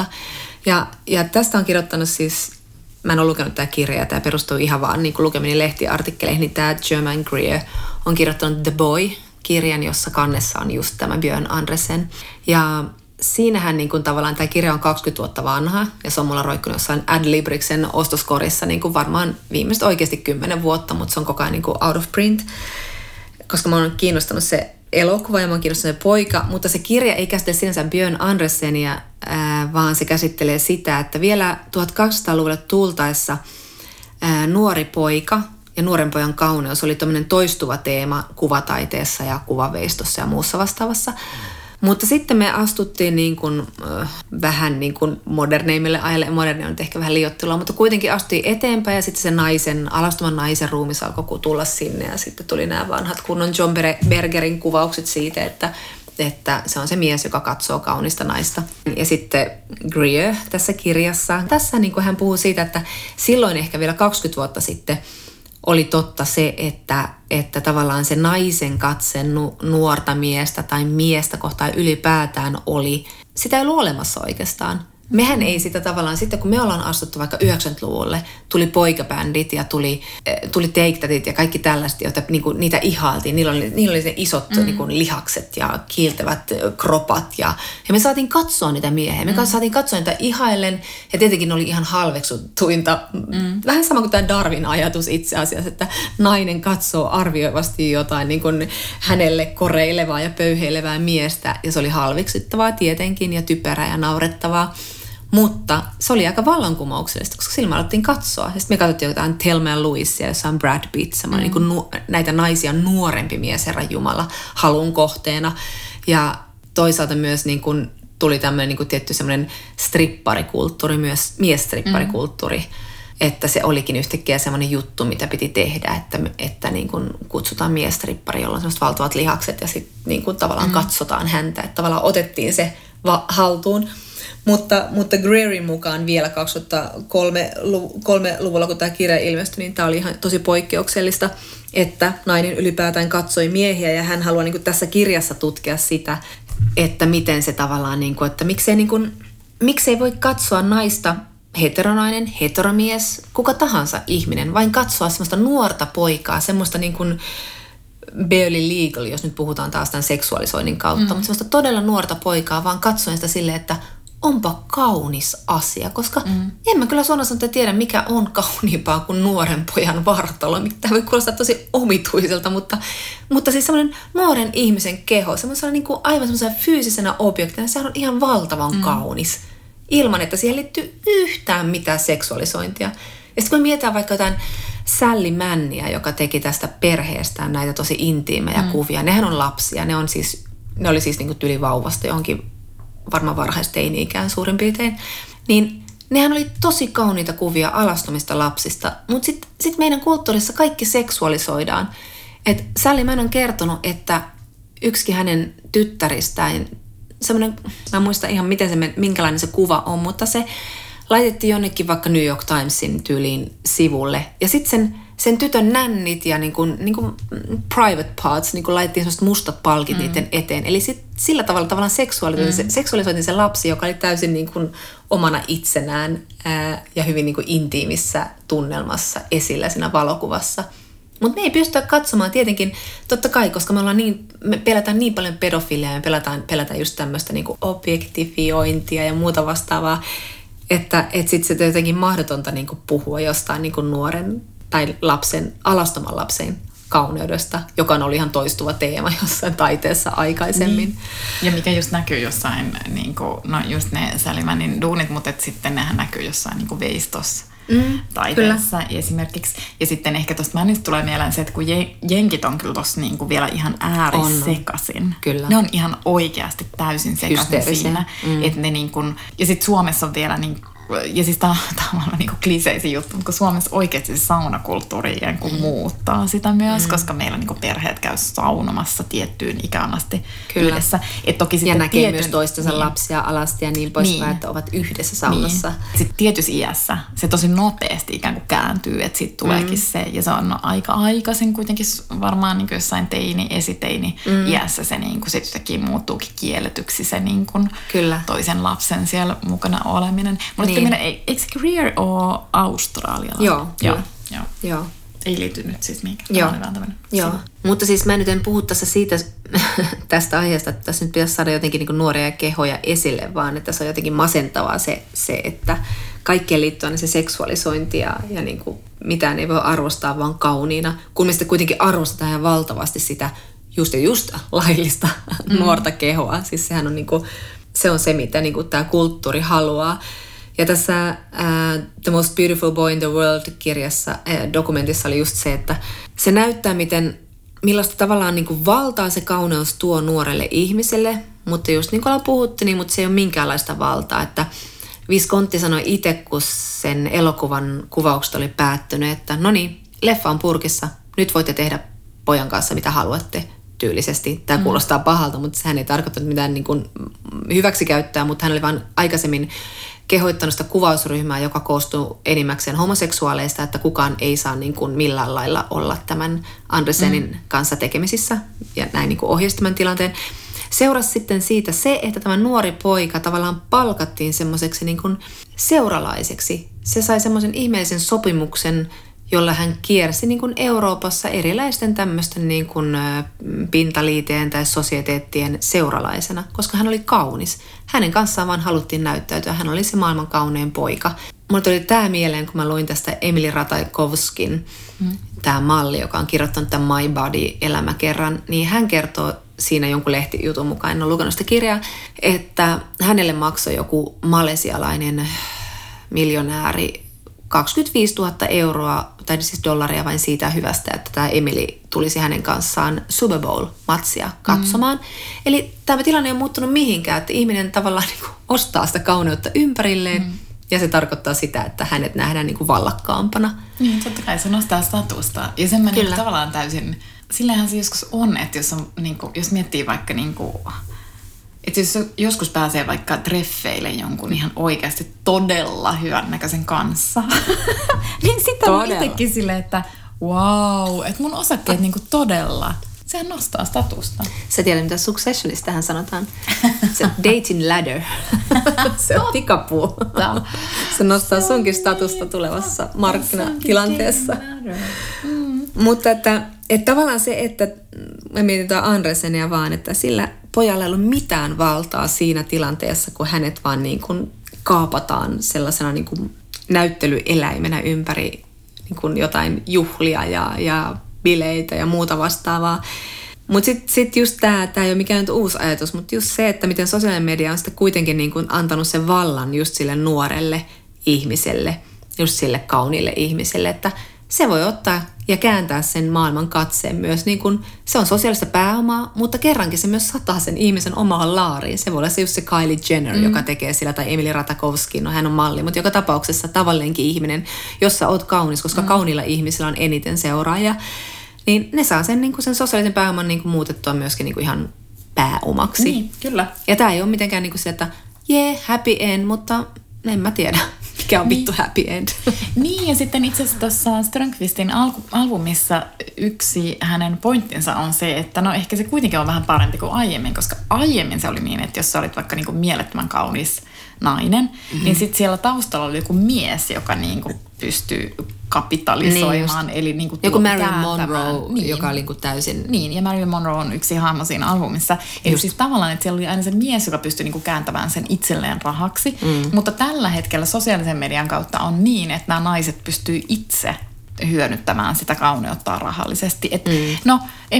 Ja tästä on kirjoittanut siis, mä en ole lukenut tämä kirja, tämä perustuu ihan vaan niin kuin lukeminen lehtiartikkeleihin, niin tämä Germaine Greer on kirjoittanut The Boy-kirjan, jossa kannessa on just tämä Björn Andersen. Ja siinähän niin kuin tavallaan tämä kirja on 20 vuotta vanha ja se on mulla roikkunut jossain Adlibriksen ostoskorissa niin kuin varmaan viimeiset oikeasti 10 vuotta, mutta se on koko ajan niin kuin out of print, koska mä oon kiinnostanut se elokuva ja mä oon kiinnostunut se poika, mutta se kirja ei käsittele sinänsä Björn Andersenia, vaan se käsittelee sitä, että vielä 1200-luvulle tultaessa nuori poika ja nuoren pojan kauneus oli tämmöinen toistuva teema kuvataiteessa ja kuvaveistossa ja muussa vastaavassa. Mutta sitten me astuttiin niin kuin, vähän niin kuin moderneimmille ajalle. Moderni on ehkä vähän liioittelua, mutta kuitenkin astui eteenpäin ja sitten se alastuman naisen ruumis alkoi tulla sinne. Ja sitten tuli nämä vanhat kunnon John Bergerin kuvaukset siitä, että se on se mies, joka katsoo kaunista naista. Ja sitten Greer tässä kirjassa, tässä niin kuin hän puhuu siitä, että silloin ehkä vielä 20 vuotta sitten oli totta se, että tavallaan se naisen katse nuorta miestä tai miestä kohtaan ylipäätään sitä ei ollut olemassa oikeastaan. Mehän ei sitä tavallaan, sitten kun me ollaan astuttu vaikka 90-luvulle, tuli poikabändit ja tuli Take Thatit ja kaikki tällaiset, joita niinku, niitä ihailtiin. Niillä oli ne isot niinku, lihakset ja kiiltävät kropat ja me saatiin katsoa niitä miehiä. Me saatiin katsoa niitä ihaillen ja tietenkin oli ihan halveksuttuinta. Vähän sama kuin tämä Darwin-ajatus itse asiassa, että nainen katsoo arvioivasti jotain niin kuin hänelle koreilevaa ja pöyheilevää miestä ja se oli halveksuttavaa tietenkin ja typerää ja naurettavaa. Mutta se oli aika vallankumouksellista, koska silloin me alettiin katsoa. Ja sitten me katsottiin jotain Thelma ja Louisia, jossa on Brad Pitt, semmoinen niin näitä naisia nuorempi mies, Herran Jumala, halun kohteena. Ja toisaalta myös niin kuin tuli tämmöinen niin kuin tietty semmoinen stripparikulttuuri, myös miesstripparikulttuuri. Että se olikin yhtäkkiä semmoinen juttu, mitä piti tehdä, että niin kuin kutsutaan miestrippari, jolla on semmoiset valtavat lihakset ja sitten niin kuin tavallaan katsotaan häntä. Että tavallaan otettiin se haltuun. Mutta Greerin mukaan vielä 2003-luvulla, kun tämä kirja ilmestyi, niin tämä oli ihan tosi poikkeuksellista, että nainen ylipäätään katsoi miehiä ja hän haluaa niin kuin tässä kirjassa tutkia sitä, että miten se tavallaan, niin kuin, että miksei voi katsoa naista, heteronainen, heteromies, kuka tahansa ihminen, vain katsoa semmoista nuorta poikaa, semmoista niin kuin barely legal, jos nyt puhutaan taas tämän seksuaalisoinnin kautta, mutta semmoista todella nuorta poikaa, vaan katsoen sitä silleen, että onpa kaunis asia, koska en mä kyllä suoraan tiedä, mikä on kauniimpaa kuin nuoren pojan vartalo. Tämä voi kuulostaa tosi omituiselta, mutta siis semmoinen nuoren ihmisen keho, semmoisena niin kuin aivan semmoisena fyysisenä objektina, sehän on ihan valtavan kaunis, ilman että siihen liittyy yhtään mitään seksuaalisointia. Ja sitten kun mietitään vaikka jotain Sally Mannia, joka teki tästä perheestään näitä tosi intiimejä kuvia, nehän on lapsia, ne oli siis niin kuin tylivauvasta johonkin varmaan varhaisteini-ikään suurin piirtein, niin nehän oli tosi kauniita kuvia alastomista lapsista, mutta sitten meidän kulttuurissa kaikki seksuaalisoidaan. Et Sally Mann on kertonut, että yksikin hänen tyttäristään, semmoinen, mä en muista ihan minkälainen se kuva on, mutta se laitettiin jonnekin vaikka New York Timesin tyyliin sivulle ja sitten sen tytön nännit ja niin kuin private parts, niin kuin laitettiin sellaiset mustat palkit niiden eteen. Eli sillä tavalla seksuaalisoitiin se lapsi, joka oli täysin niin kuin omana itsenään ja hyvin niin kuin intiimissä tunnelmassa esillä siinä valokuvassa. Mutta me ei pystytä katsomaan tietenkin, totta kai, koska me pelätään niin paljon pedofiliaa ja pelätään just tämmöistä niin kuin objektifiointia ja muuta vastaavaa, että sitten se on jotenkin mahdotonta niin kuin puhua jostain niin kuin nuoren tai alastoman lapsen kauneudesta, joka on ollut ihan toistuva teema jossain taiteessa aikaisemmin. Niin. Ja mikä just näkyy jossain, niin kuin, no just ne Sally Mannin duunit, mutta sitten nehän näkyy jossain niin kuin veistossa. Taiteessa esimerkiksi. Ja sitten ehkä tuosta Mannista tulee mieleen se, että kun jenkit on kyllä tuossa niinku vielä ihan äärisekaisin. Kyllä. Ne on ihan oikeasti täysin sekaisin siinä. Että ne niinku, ja sitten Suomessa on vielä niin, ja siis tämä on niin kliseisin juttu, mutta kun Suomessa oikeasti se saunakulttuuri muuttaa sitä myös, koska meillä niin perheet käy saunomassa tiettyyn ikään asti yhdessä. Et toki ja näkee myös toistensa lapsia alasti ja niin poispäin, että ovat yhdessä saunassa. Niin. Sitten tietyssä iässä se tosi nopeasti ikään kuin kääntyy, että sitten tuleekin se, ja se on aika aikaisin kuitenkin varmaan niin jossain esiteini iässä se niin kuin sittenkin muuttuukin kielletyksi se niin kuin toisen lapsen siellä mukana oleminen. Eikö Greer ole australialainen? Joo. Ei liity nyt siis mihinkään. Joo. Mutta siis mä nyt en puhu tässä tästä aiheesta, että tässä nyt pitäisi saada jotenkin niin kuin nuoria kehoja esille, vaan että se on jotenkin masentavaa se että kaikkeen liittyy aina se seksuaalisointi ja niin kuin mitään ei voi arvostaa vaan kauniina, kun me sitten kuitenkin arvostetaan ihan valtavasti sitä just laillista nuorta kehoa. Siis sehän on niin kuin, se on se, mitä niin kuin tämä kulttuuri haluaa. Ja tässä The Most Beautiful Boy in the World-kirjassa, dokumentissa oli just se, että se näyttää, millaista tavallaan niin kuin valtaa se kauneus tuo nuorelle ihmiselle, mutta just niin kuin ollaan puhuttu, niin, mutta se ei ole minkäänlaista valtaa. Että Visconti sanoi itse, kun sen elokuvan kuvaukset oli päättynyt, että no niin, leffa on purkissa, nyt voitte tehdä pojan kanssa mitä haluatte tyylisesti. Tämä kuulostaa pahalta, mutta sehän ei tarkoittanut mitään niin kuin hyväksikäyttää, mutta hän oli vaan aikaisemmin kehoittanut sitä kuvausryhmää, joka koostuu enimmäkseen homoseksuaaleista, että kukaan ei saa niin kuin millään lailla olla tämän Andresenin kanssa tekemisissä ja näin niin kuin ohjasi tämän tilanteen. Seurasi sitten siitä se, että tämä nuori poika tavallaan palkattiin semmoiseksi niin kuin seuralaiseksi. Se sai semmoisen ihmeellisen sopimuksen, jolla hän kiersi niin kuin Euroopassa erilaisten tämmöisten niin kuin pintaliiteen tai sosieteettien seuralaisena, koska hän oli kaunis. Hänen kanssaan vaan haluttiin näyttäytyä. Hän oli se maailman kaunein poika. Mulle tuli tämä mieleen, kun mä luin tästä Emily Ratajkowskin, tämä malli, joka on kirjoittanut tämän My Body-elämäkerran, niin hän kertoo siinä jonkun lehtijutun mukaan, en ole lukenut sitä kirjaa, että hänelle maksoi joku malesialainen miljonääri 25 000 euroa, tai siis dollaria vain siitä hyvästä, että tämä Emily tulisi hänen kanssaan Super Bowl-matsia katsomaan. Eli tämä tilanne ei ole muuttunut mihinkään, että ihminen tavallaan niin kuin ostaa sitä kauneutta ympärilleen, ja se tarkoittaa sitä, että hänet nähdään niin kuin vallakkaampana. Niin, totta kai se nostaa statusta. Ja sen mä niin tavallaan täysin, sillähän se joskus on, että jos, on, niin kuin, jos miettii vaikka niin kuin, että jos joskus pääsee vaikka treffeille jonkun ihan oikeasti todella hyvän näköisen kanssa, niin sitten on itsekin silleen, että wow, että mun osakkeet niinku todella, sehän nostaa statusta. Sä tiedät, mitä Successionista tähän sanotaan. Se dating ladder. Se on tikapuu. Se nostaa sunkin statusta tulevassa markkinatilanteessa. Mutta että tavallaan se, että me mietitään Andresenia vaan, että sillä pojalla ei ollut mitään valtaa siinä tilanteessa, kun hänet vaan niin kuin kaapataan sellaisena niin kuin näyttelyeläimenä ympäri niin kuin jotain juhlia ja bileitä ja muuta vastaavaa. Mutta sitten just tämä ei ole mikään nyt uusi ajatus, mutta just se, että miten sosiaalinen media on sitten kuitenkin niin kuin antanut sen vallan just sille nuorelle ihmiselle, just sille kauniille ihmiselle, että se voi ottaa ja kääntää sen maailman katseen myös, niin kuin se on sosiaalista pääomaa, mutta kerrankin se myös sataa sen ihmisen omaan laariin. Se voi olla se just se Kylie Jenner, joka tekee sillä, tai Emily Ratajkowski, no hän on malli, mutta joka tapauksessa tavallinenkin ihminen, jos sä oot kaunis, koska kauniilla ihmisillä on eniten seuraajia, niin ne saa sen, niin kuin sen sosiaalisen pääoman niin kuin muutettua myöskin niin kuin ihan pääomaksi. Niin, kyllä. Ja tää ei ole mitenkään niin kuin se, että happy end, mutta en mä tiedä. Mikä on vittu happy end. Niin, ja sitten itse asiassa tuossa Strömqvistin albumissa yksi hänen pointtinsa on se, että no ehkä se kuitenkin on vähän parempi kuin aiemmin, koska aiemmin se oli niin, että jos sä olit vaikka niinku mielettömän kaunis nainen, niin sitten siellä taustalla oli joku mies, joka niinku pystyy kapitalisoimaan. Niin eli niinku joku Marilyn Monroe, joka oli niinku täysin... Niin, ja Marilyn Monroe on yksi hahmo siinä albumissa. Eli siis tavallaan, että siellä oli aina se mies, joka pystyi niinku kääntämään sen itselleen rahaksi. Mutta tällä hetkellä sosiaalisen median kautta on niin, että nämä naiset pystyy itse hyödyttämään sitä kauneuttaa rahallisesti. No,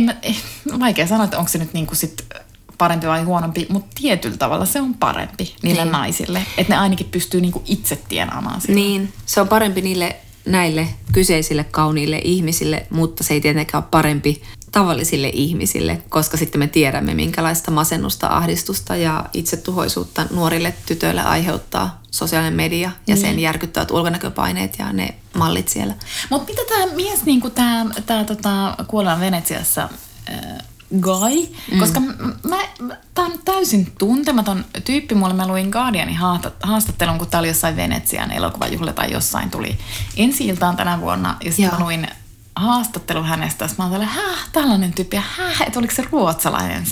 vaikea sanoa, että onko se nyt niinku sit parempi vai huonompi, mutta tietyllä tavalla se on parempi niille naisille. Että ne ainakin pystyy niinku itse tienaamaan sitä. Niin, se on parempi näille kyseisille kauniille ihmisille, mutta se ei tietenkään ole parempi tavallisille ihmisille, koska sitten me tiedämme, minkälaista masennusta, ahdistusta ja itsetuhoisuutta nuorille tytöille aiheuttaa sosiaalinen media ja sen järkyttävät ulkonäköpaineet ja ne mallit siellä. Mutta mitä tämä mies, niinku tämä Kuolevan Venetsiassa Guy, koska tämä on täysin tuntematon tyyppi. Mä luin Guardianin haastattelun, kun tämä oli jossain Venetsian elokuvajuhla tai jossain tuli ensi-iltaan tänä vuonna. Ja sitten mä luin haastattelun hänestä. Mä oon tällainen tyyppi. Että oliko se ruotsalainen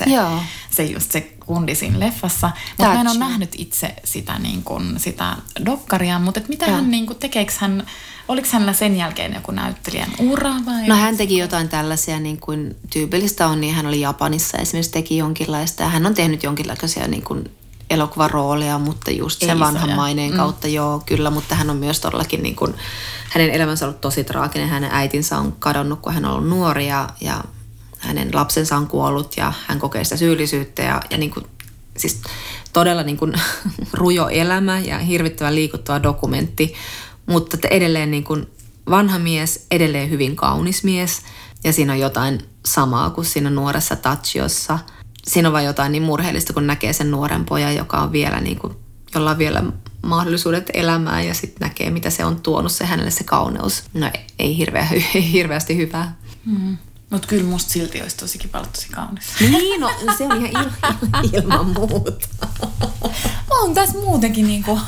se kundi siinä leffassa. Mutta mä en ole nähnyt itse sitä, sitä dokkaria. Mutta mitä hän tekeekö hän... Oliko hänellä sen jälkeen joku näyttelijän ura vai? No hän teki jotain tällaisia, niin kuin tyypillistä on, niin hän oli Japanissa esimerkiksi teki jonkinlaista. Ja hän on tehnyt jonkinlaisia niin kuin elokuvarooleja, mutta just sen vanhan maineen kautta, joo kyllä. Mutta hän on myös todellakin, niin kuin, hänen elämänsä on ollut tosi traaginen. Hänen äitinsä on kadonnut, kun hän on ollut nuori ja hänen lapsensa on kuollut ja hän kokee sitä syyllisyyttä ja niin kuin, siis todella niin kuin rujo elämä ja hirvittävän liikuttava dokumentti. Mutta edelleen niin kuin vanha mies, edelleen hyvin kaunis mies. Ja siinä on jotain samaa kuin siinä nuoressa Tachiossa. Siinä on vain jotain niin murheellista, kun näkee sen nuoren pojan, joka on vielä niin kuin, jolla on vielä mahdollisuudet elämään. Ja sitten näkee, mitä se on tuonut se hänelle se kauneus. No ei hirveästi hyvää. Mutta kyllä musta silti olisi tosi kaunis. Niin, no se on ihan ilman muuta. On tässä muutenkin niinku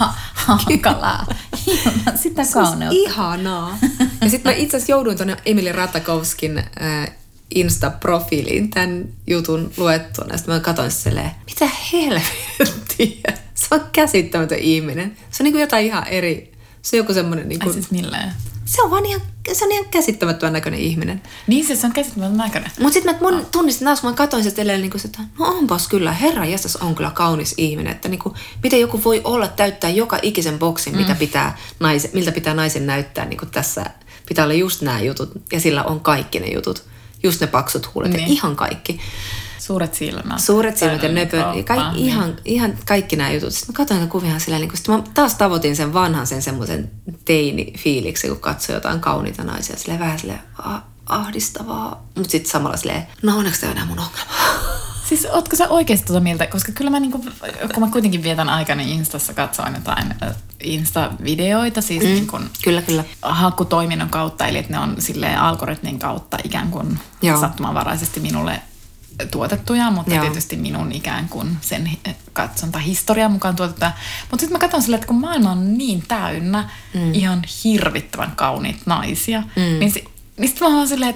hankalaa ilman sitä kauneutta. Ihanaa. Ja sitten mä itse asiassa jouduin tuonne Emily Ratajkowskin Insta-profiiliin tämän jutun luettua. Ja sitten mä katsoin silleen, mitä helvettiä. Se on käsittämätön ihminen. Se on niin kuin jotain ihan eri. Se on joku semmoinen niin kuin... Siis millään? Se on ihan käsittämättömän näköinen ihminen. Niin se on käsittämätön näköinen. Mutta sitten mä tunnistin taas, kun mä katsoin sitä edelleen, niin että no onpas kyllä, herra jästäs on kyllä kaunis ihminen. Että niin kuin, miten joku voi olla täyttää joka ikisen boksin, miltä pitää naisen näyttää. Niin kuin tässä pitää olla just nämä jutut ja sillä on kaikki ne jutut. Just ne paksut huulet ja ihan kaikki. Suuret silmät. Suuret silmät ja nöpö. Ihan kaikki nämä jutut. Sitten mä katsoin niitä kuvia silleen, niin sitten mä taas tavoitin sen vanhan sen semmoisen teini-fiiliksi, kun katsoi jotain kauniita naisia. Silleen vähän silleen ahdistavaa. Mutta sitten samalla silleen, no onneksi tämä on enää mun ongelma. Siis ootko sä oikeasti tuota mieltä? Koska kyllä mä niinku, kun mä kuitenkin vietän aikani Instassa katsoin jotain Insta-videoita, siis niin kun kyllä. hakutoiminnon kautta, eli että ne on silleen algoritmin kautta ikään kuin sattumanvaraisesti minulle tuotettuja, mutta tietysti minun ikään kuin sen katsontahistorian mukaan tuotettuja. Mutta sitten mä katson silleen, että kun maailma on niin täynnä ihan hirvittävän kauniita naisia, niin sitten mä oon silleen,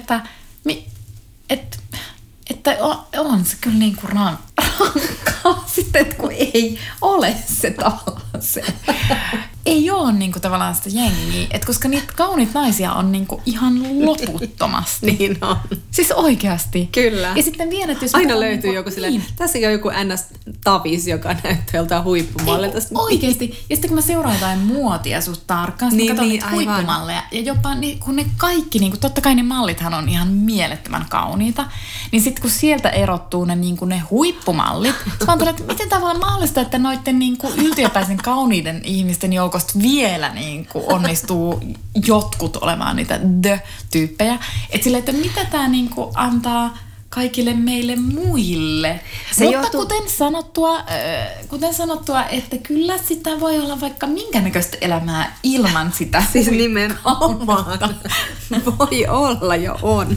että on se kyllä niin kuin rankkaa sitten, että kun ei ole se tavallaan se. Ei ole niin kuin tavallaan sitä jengiä, että koska niitä kauniita naisia on niin kuin ihan loputtomasti. Niin on. Siis oikeasti. Kyllä. Ja sitten vielä, että jos aina löytyy niin joku silleen, tässä on joku NS-tavis, joka näyttää joltain huippumallilta. Oikeasti. Ja sitten kun mä seuraan jotain muotia suht tarkkaan, sitten katson niitä huippumalleja. Ja jopa kun ne kaikki, niin kuin, totta kai ne mallithan on ihan mielettömän kauniita, niin sitten kun sieltä erottuu ne huippumallit, mä oon että miten tavallaan mahdollista, että noiden niin kuin yltiöpäisen kauniiden ihmisten joukosta vielä niin kuin onnistuu jotkut olemaan niitä the-tyyppejä. Että sille, että mitä tää niin kuin antaa kaikille meille muille. Mutta kuten sanottua, että kyllä sitä voi olla vaikka minkä näköistä elämää ilman sitä. Siis nimenomaan. Voi olla ja on.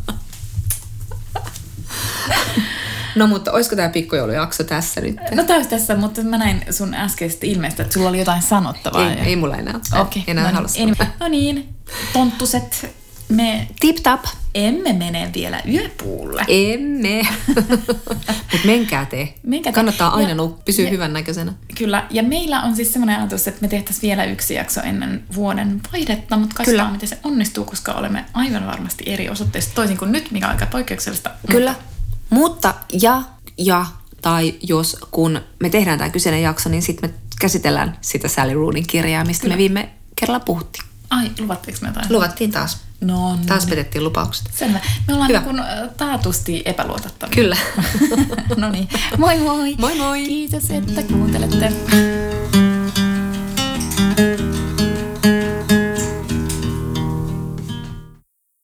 No mutta olisiko tämä pikkujoulujakso tässä nyt? No täys tässä, mutta mä näin sun äskeisestä ilmeistä, että sulla oli jotain sanottavaa. Ei mulla enää. Okei. Enää halua No niin, tonttuset. Me tip-tap. Emme mene vielä yöpuulle. Emme. Mutta menkää te. Kannattaa aina pysyä hyvän näköisenä. Kyllä. Ja meillä on siis semmoinen ajatus, että me tehtäisiin vielä yksi jakso ennen vuoden vaihdetta, mutta katsotaan, miten se onnistuu, koska olemme aivan varmasti eri osoitteissa toisin kuin nyt, mikä on aika poikkeuksellista. Kyllä. Mutta tai jos kun me tehdään tämä kyseinen jakso, niin sitten me käsitellään sitä Sally Rooneyn kirjaa, mistä me viime kerralla puhuttiin. Ai, luvattiinko me jotain? Luvattiin taas. No, taas petettiin lupaukset. Selvä. Me ollaan niin kuin taatusti epäluotettavia. Kyllä. No niin. Moi moi. Moi moi. Kiitos, että kuuntelette.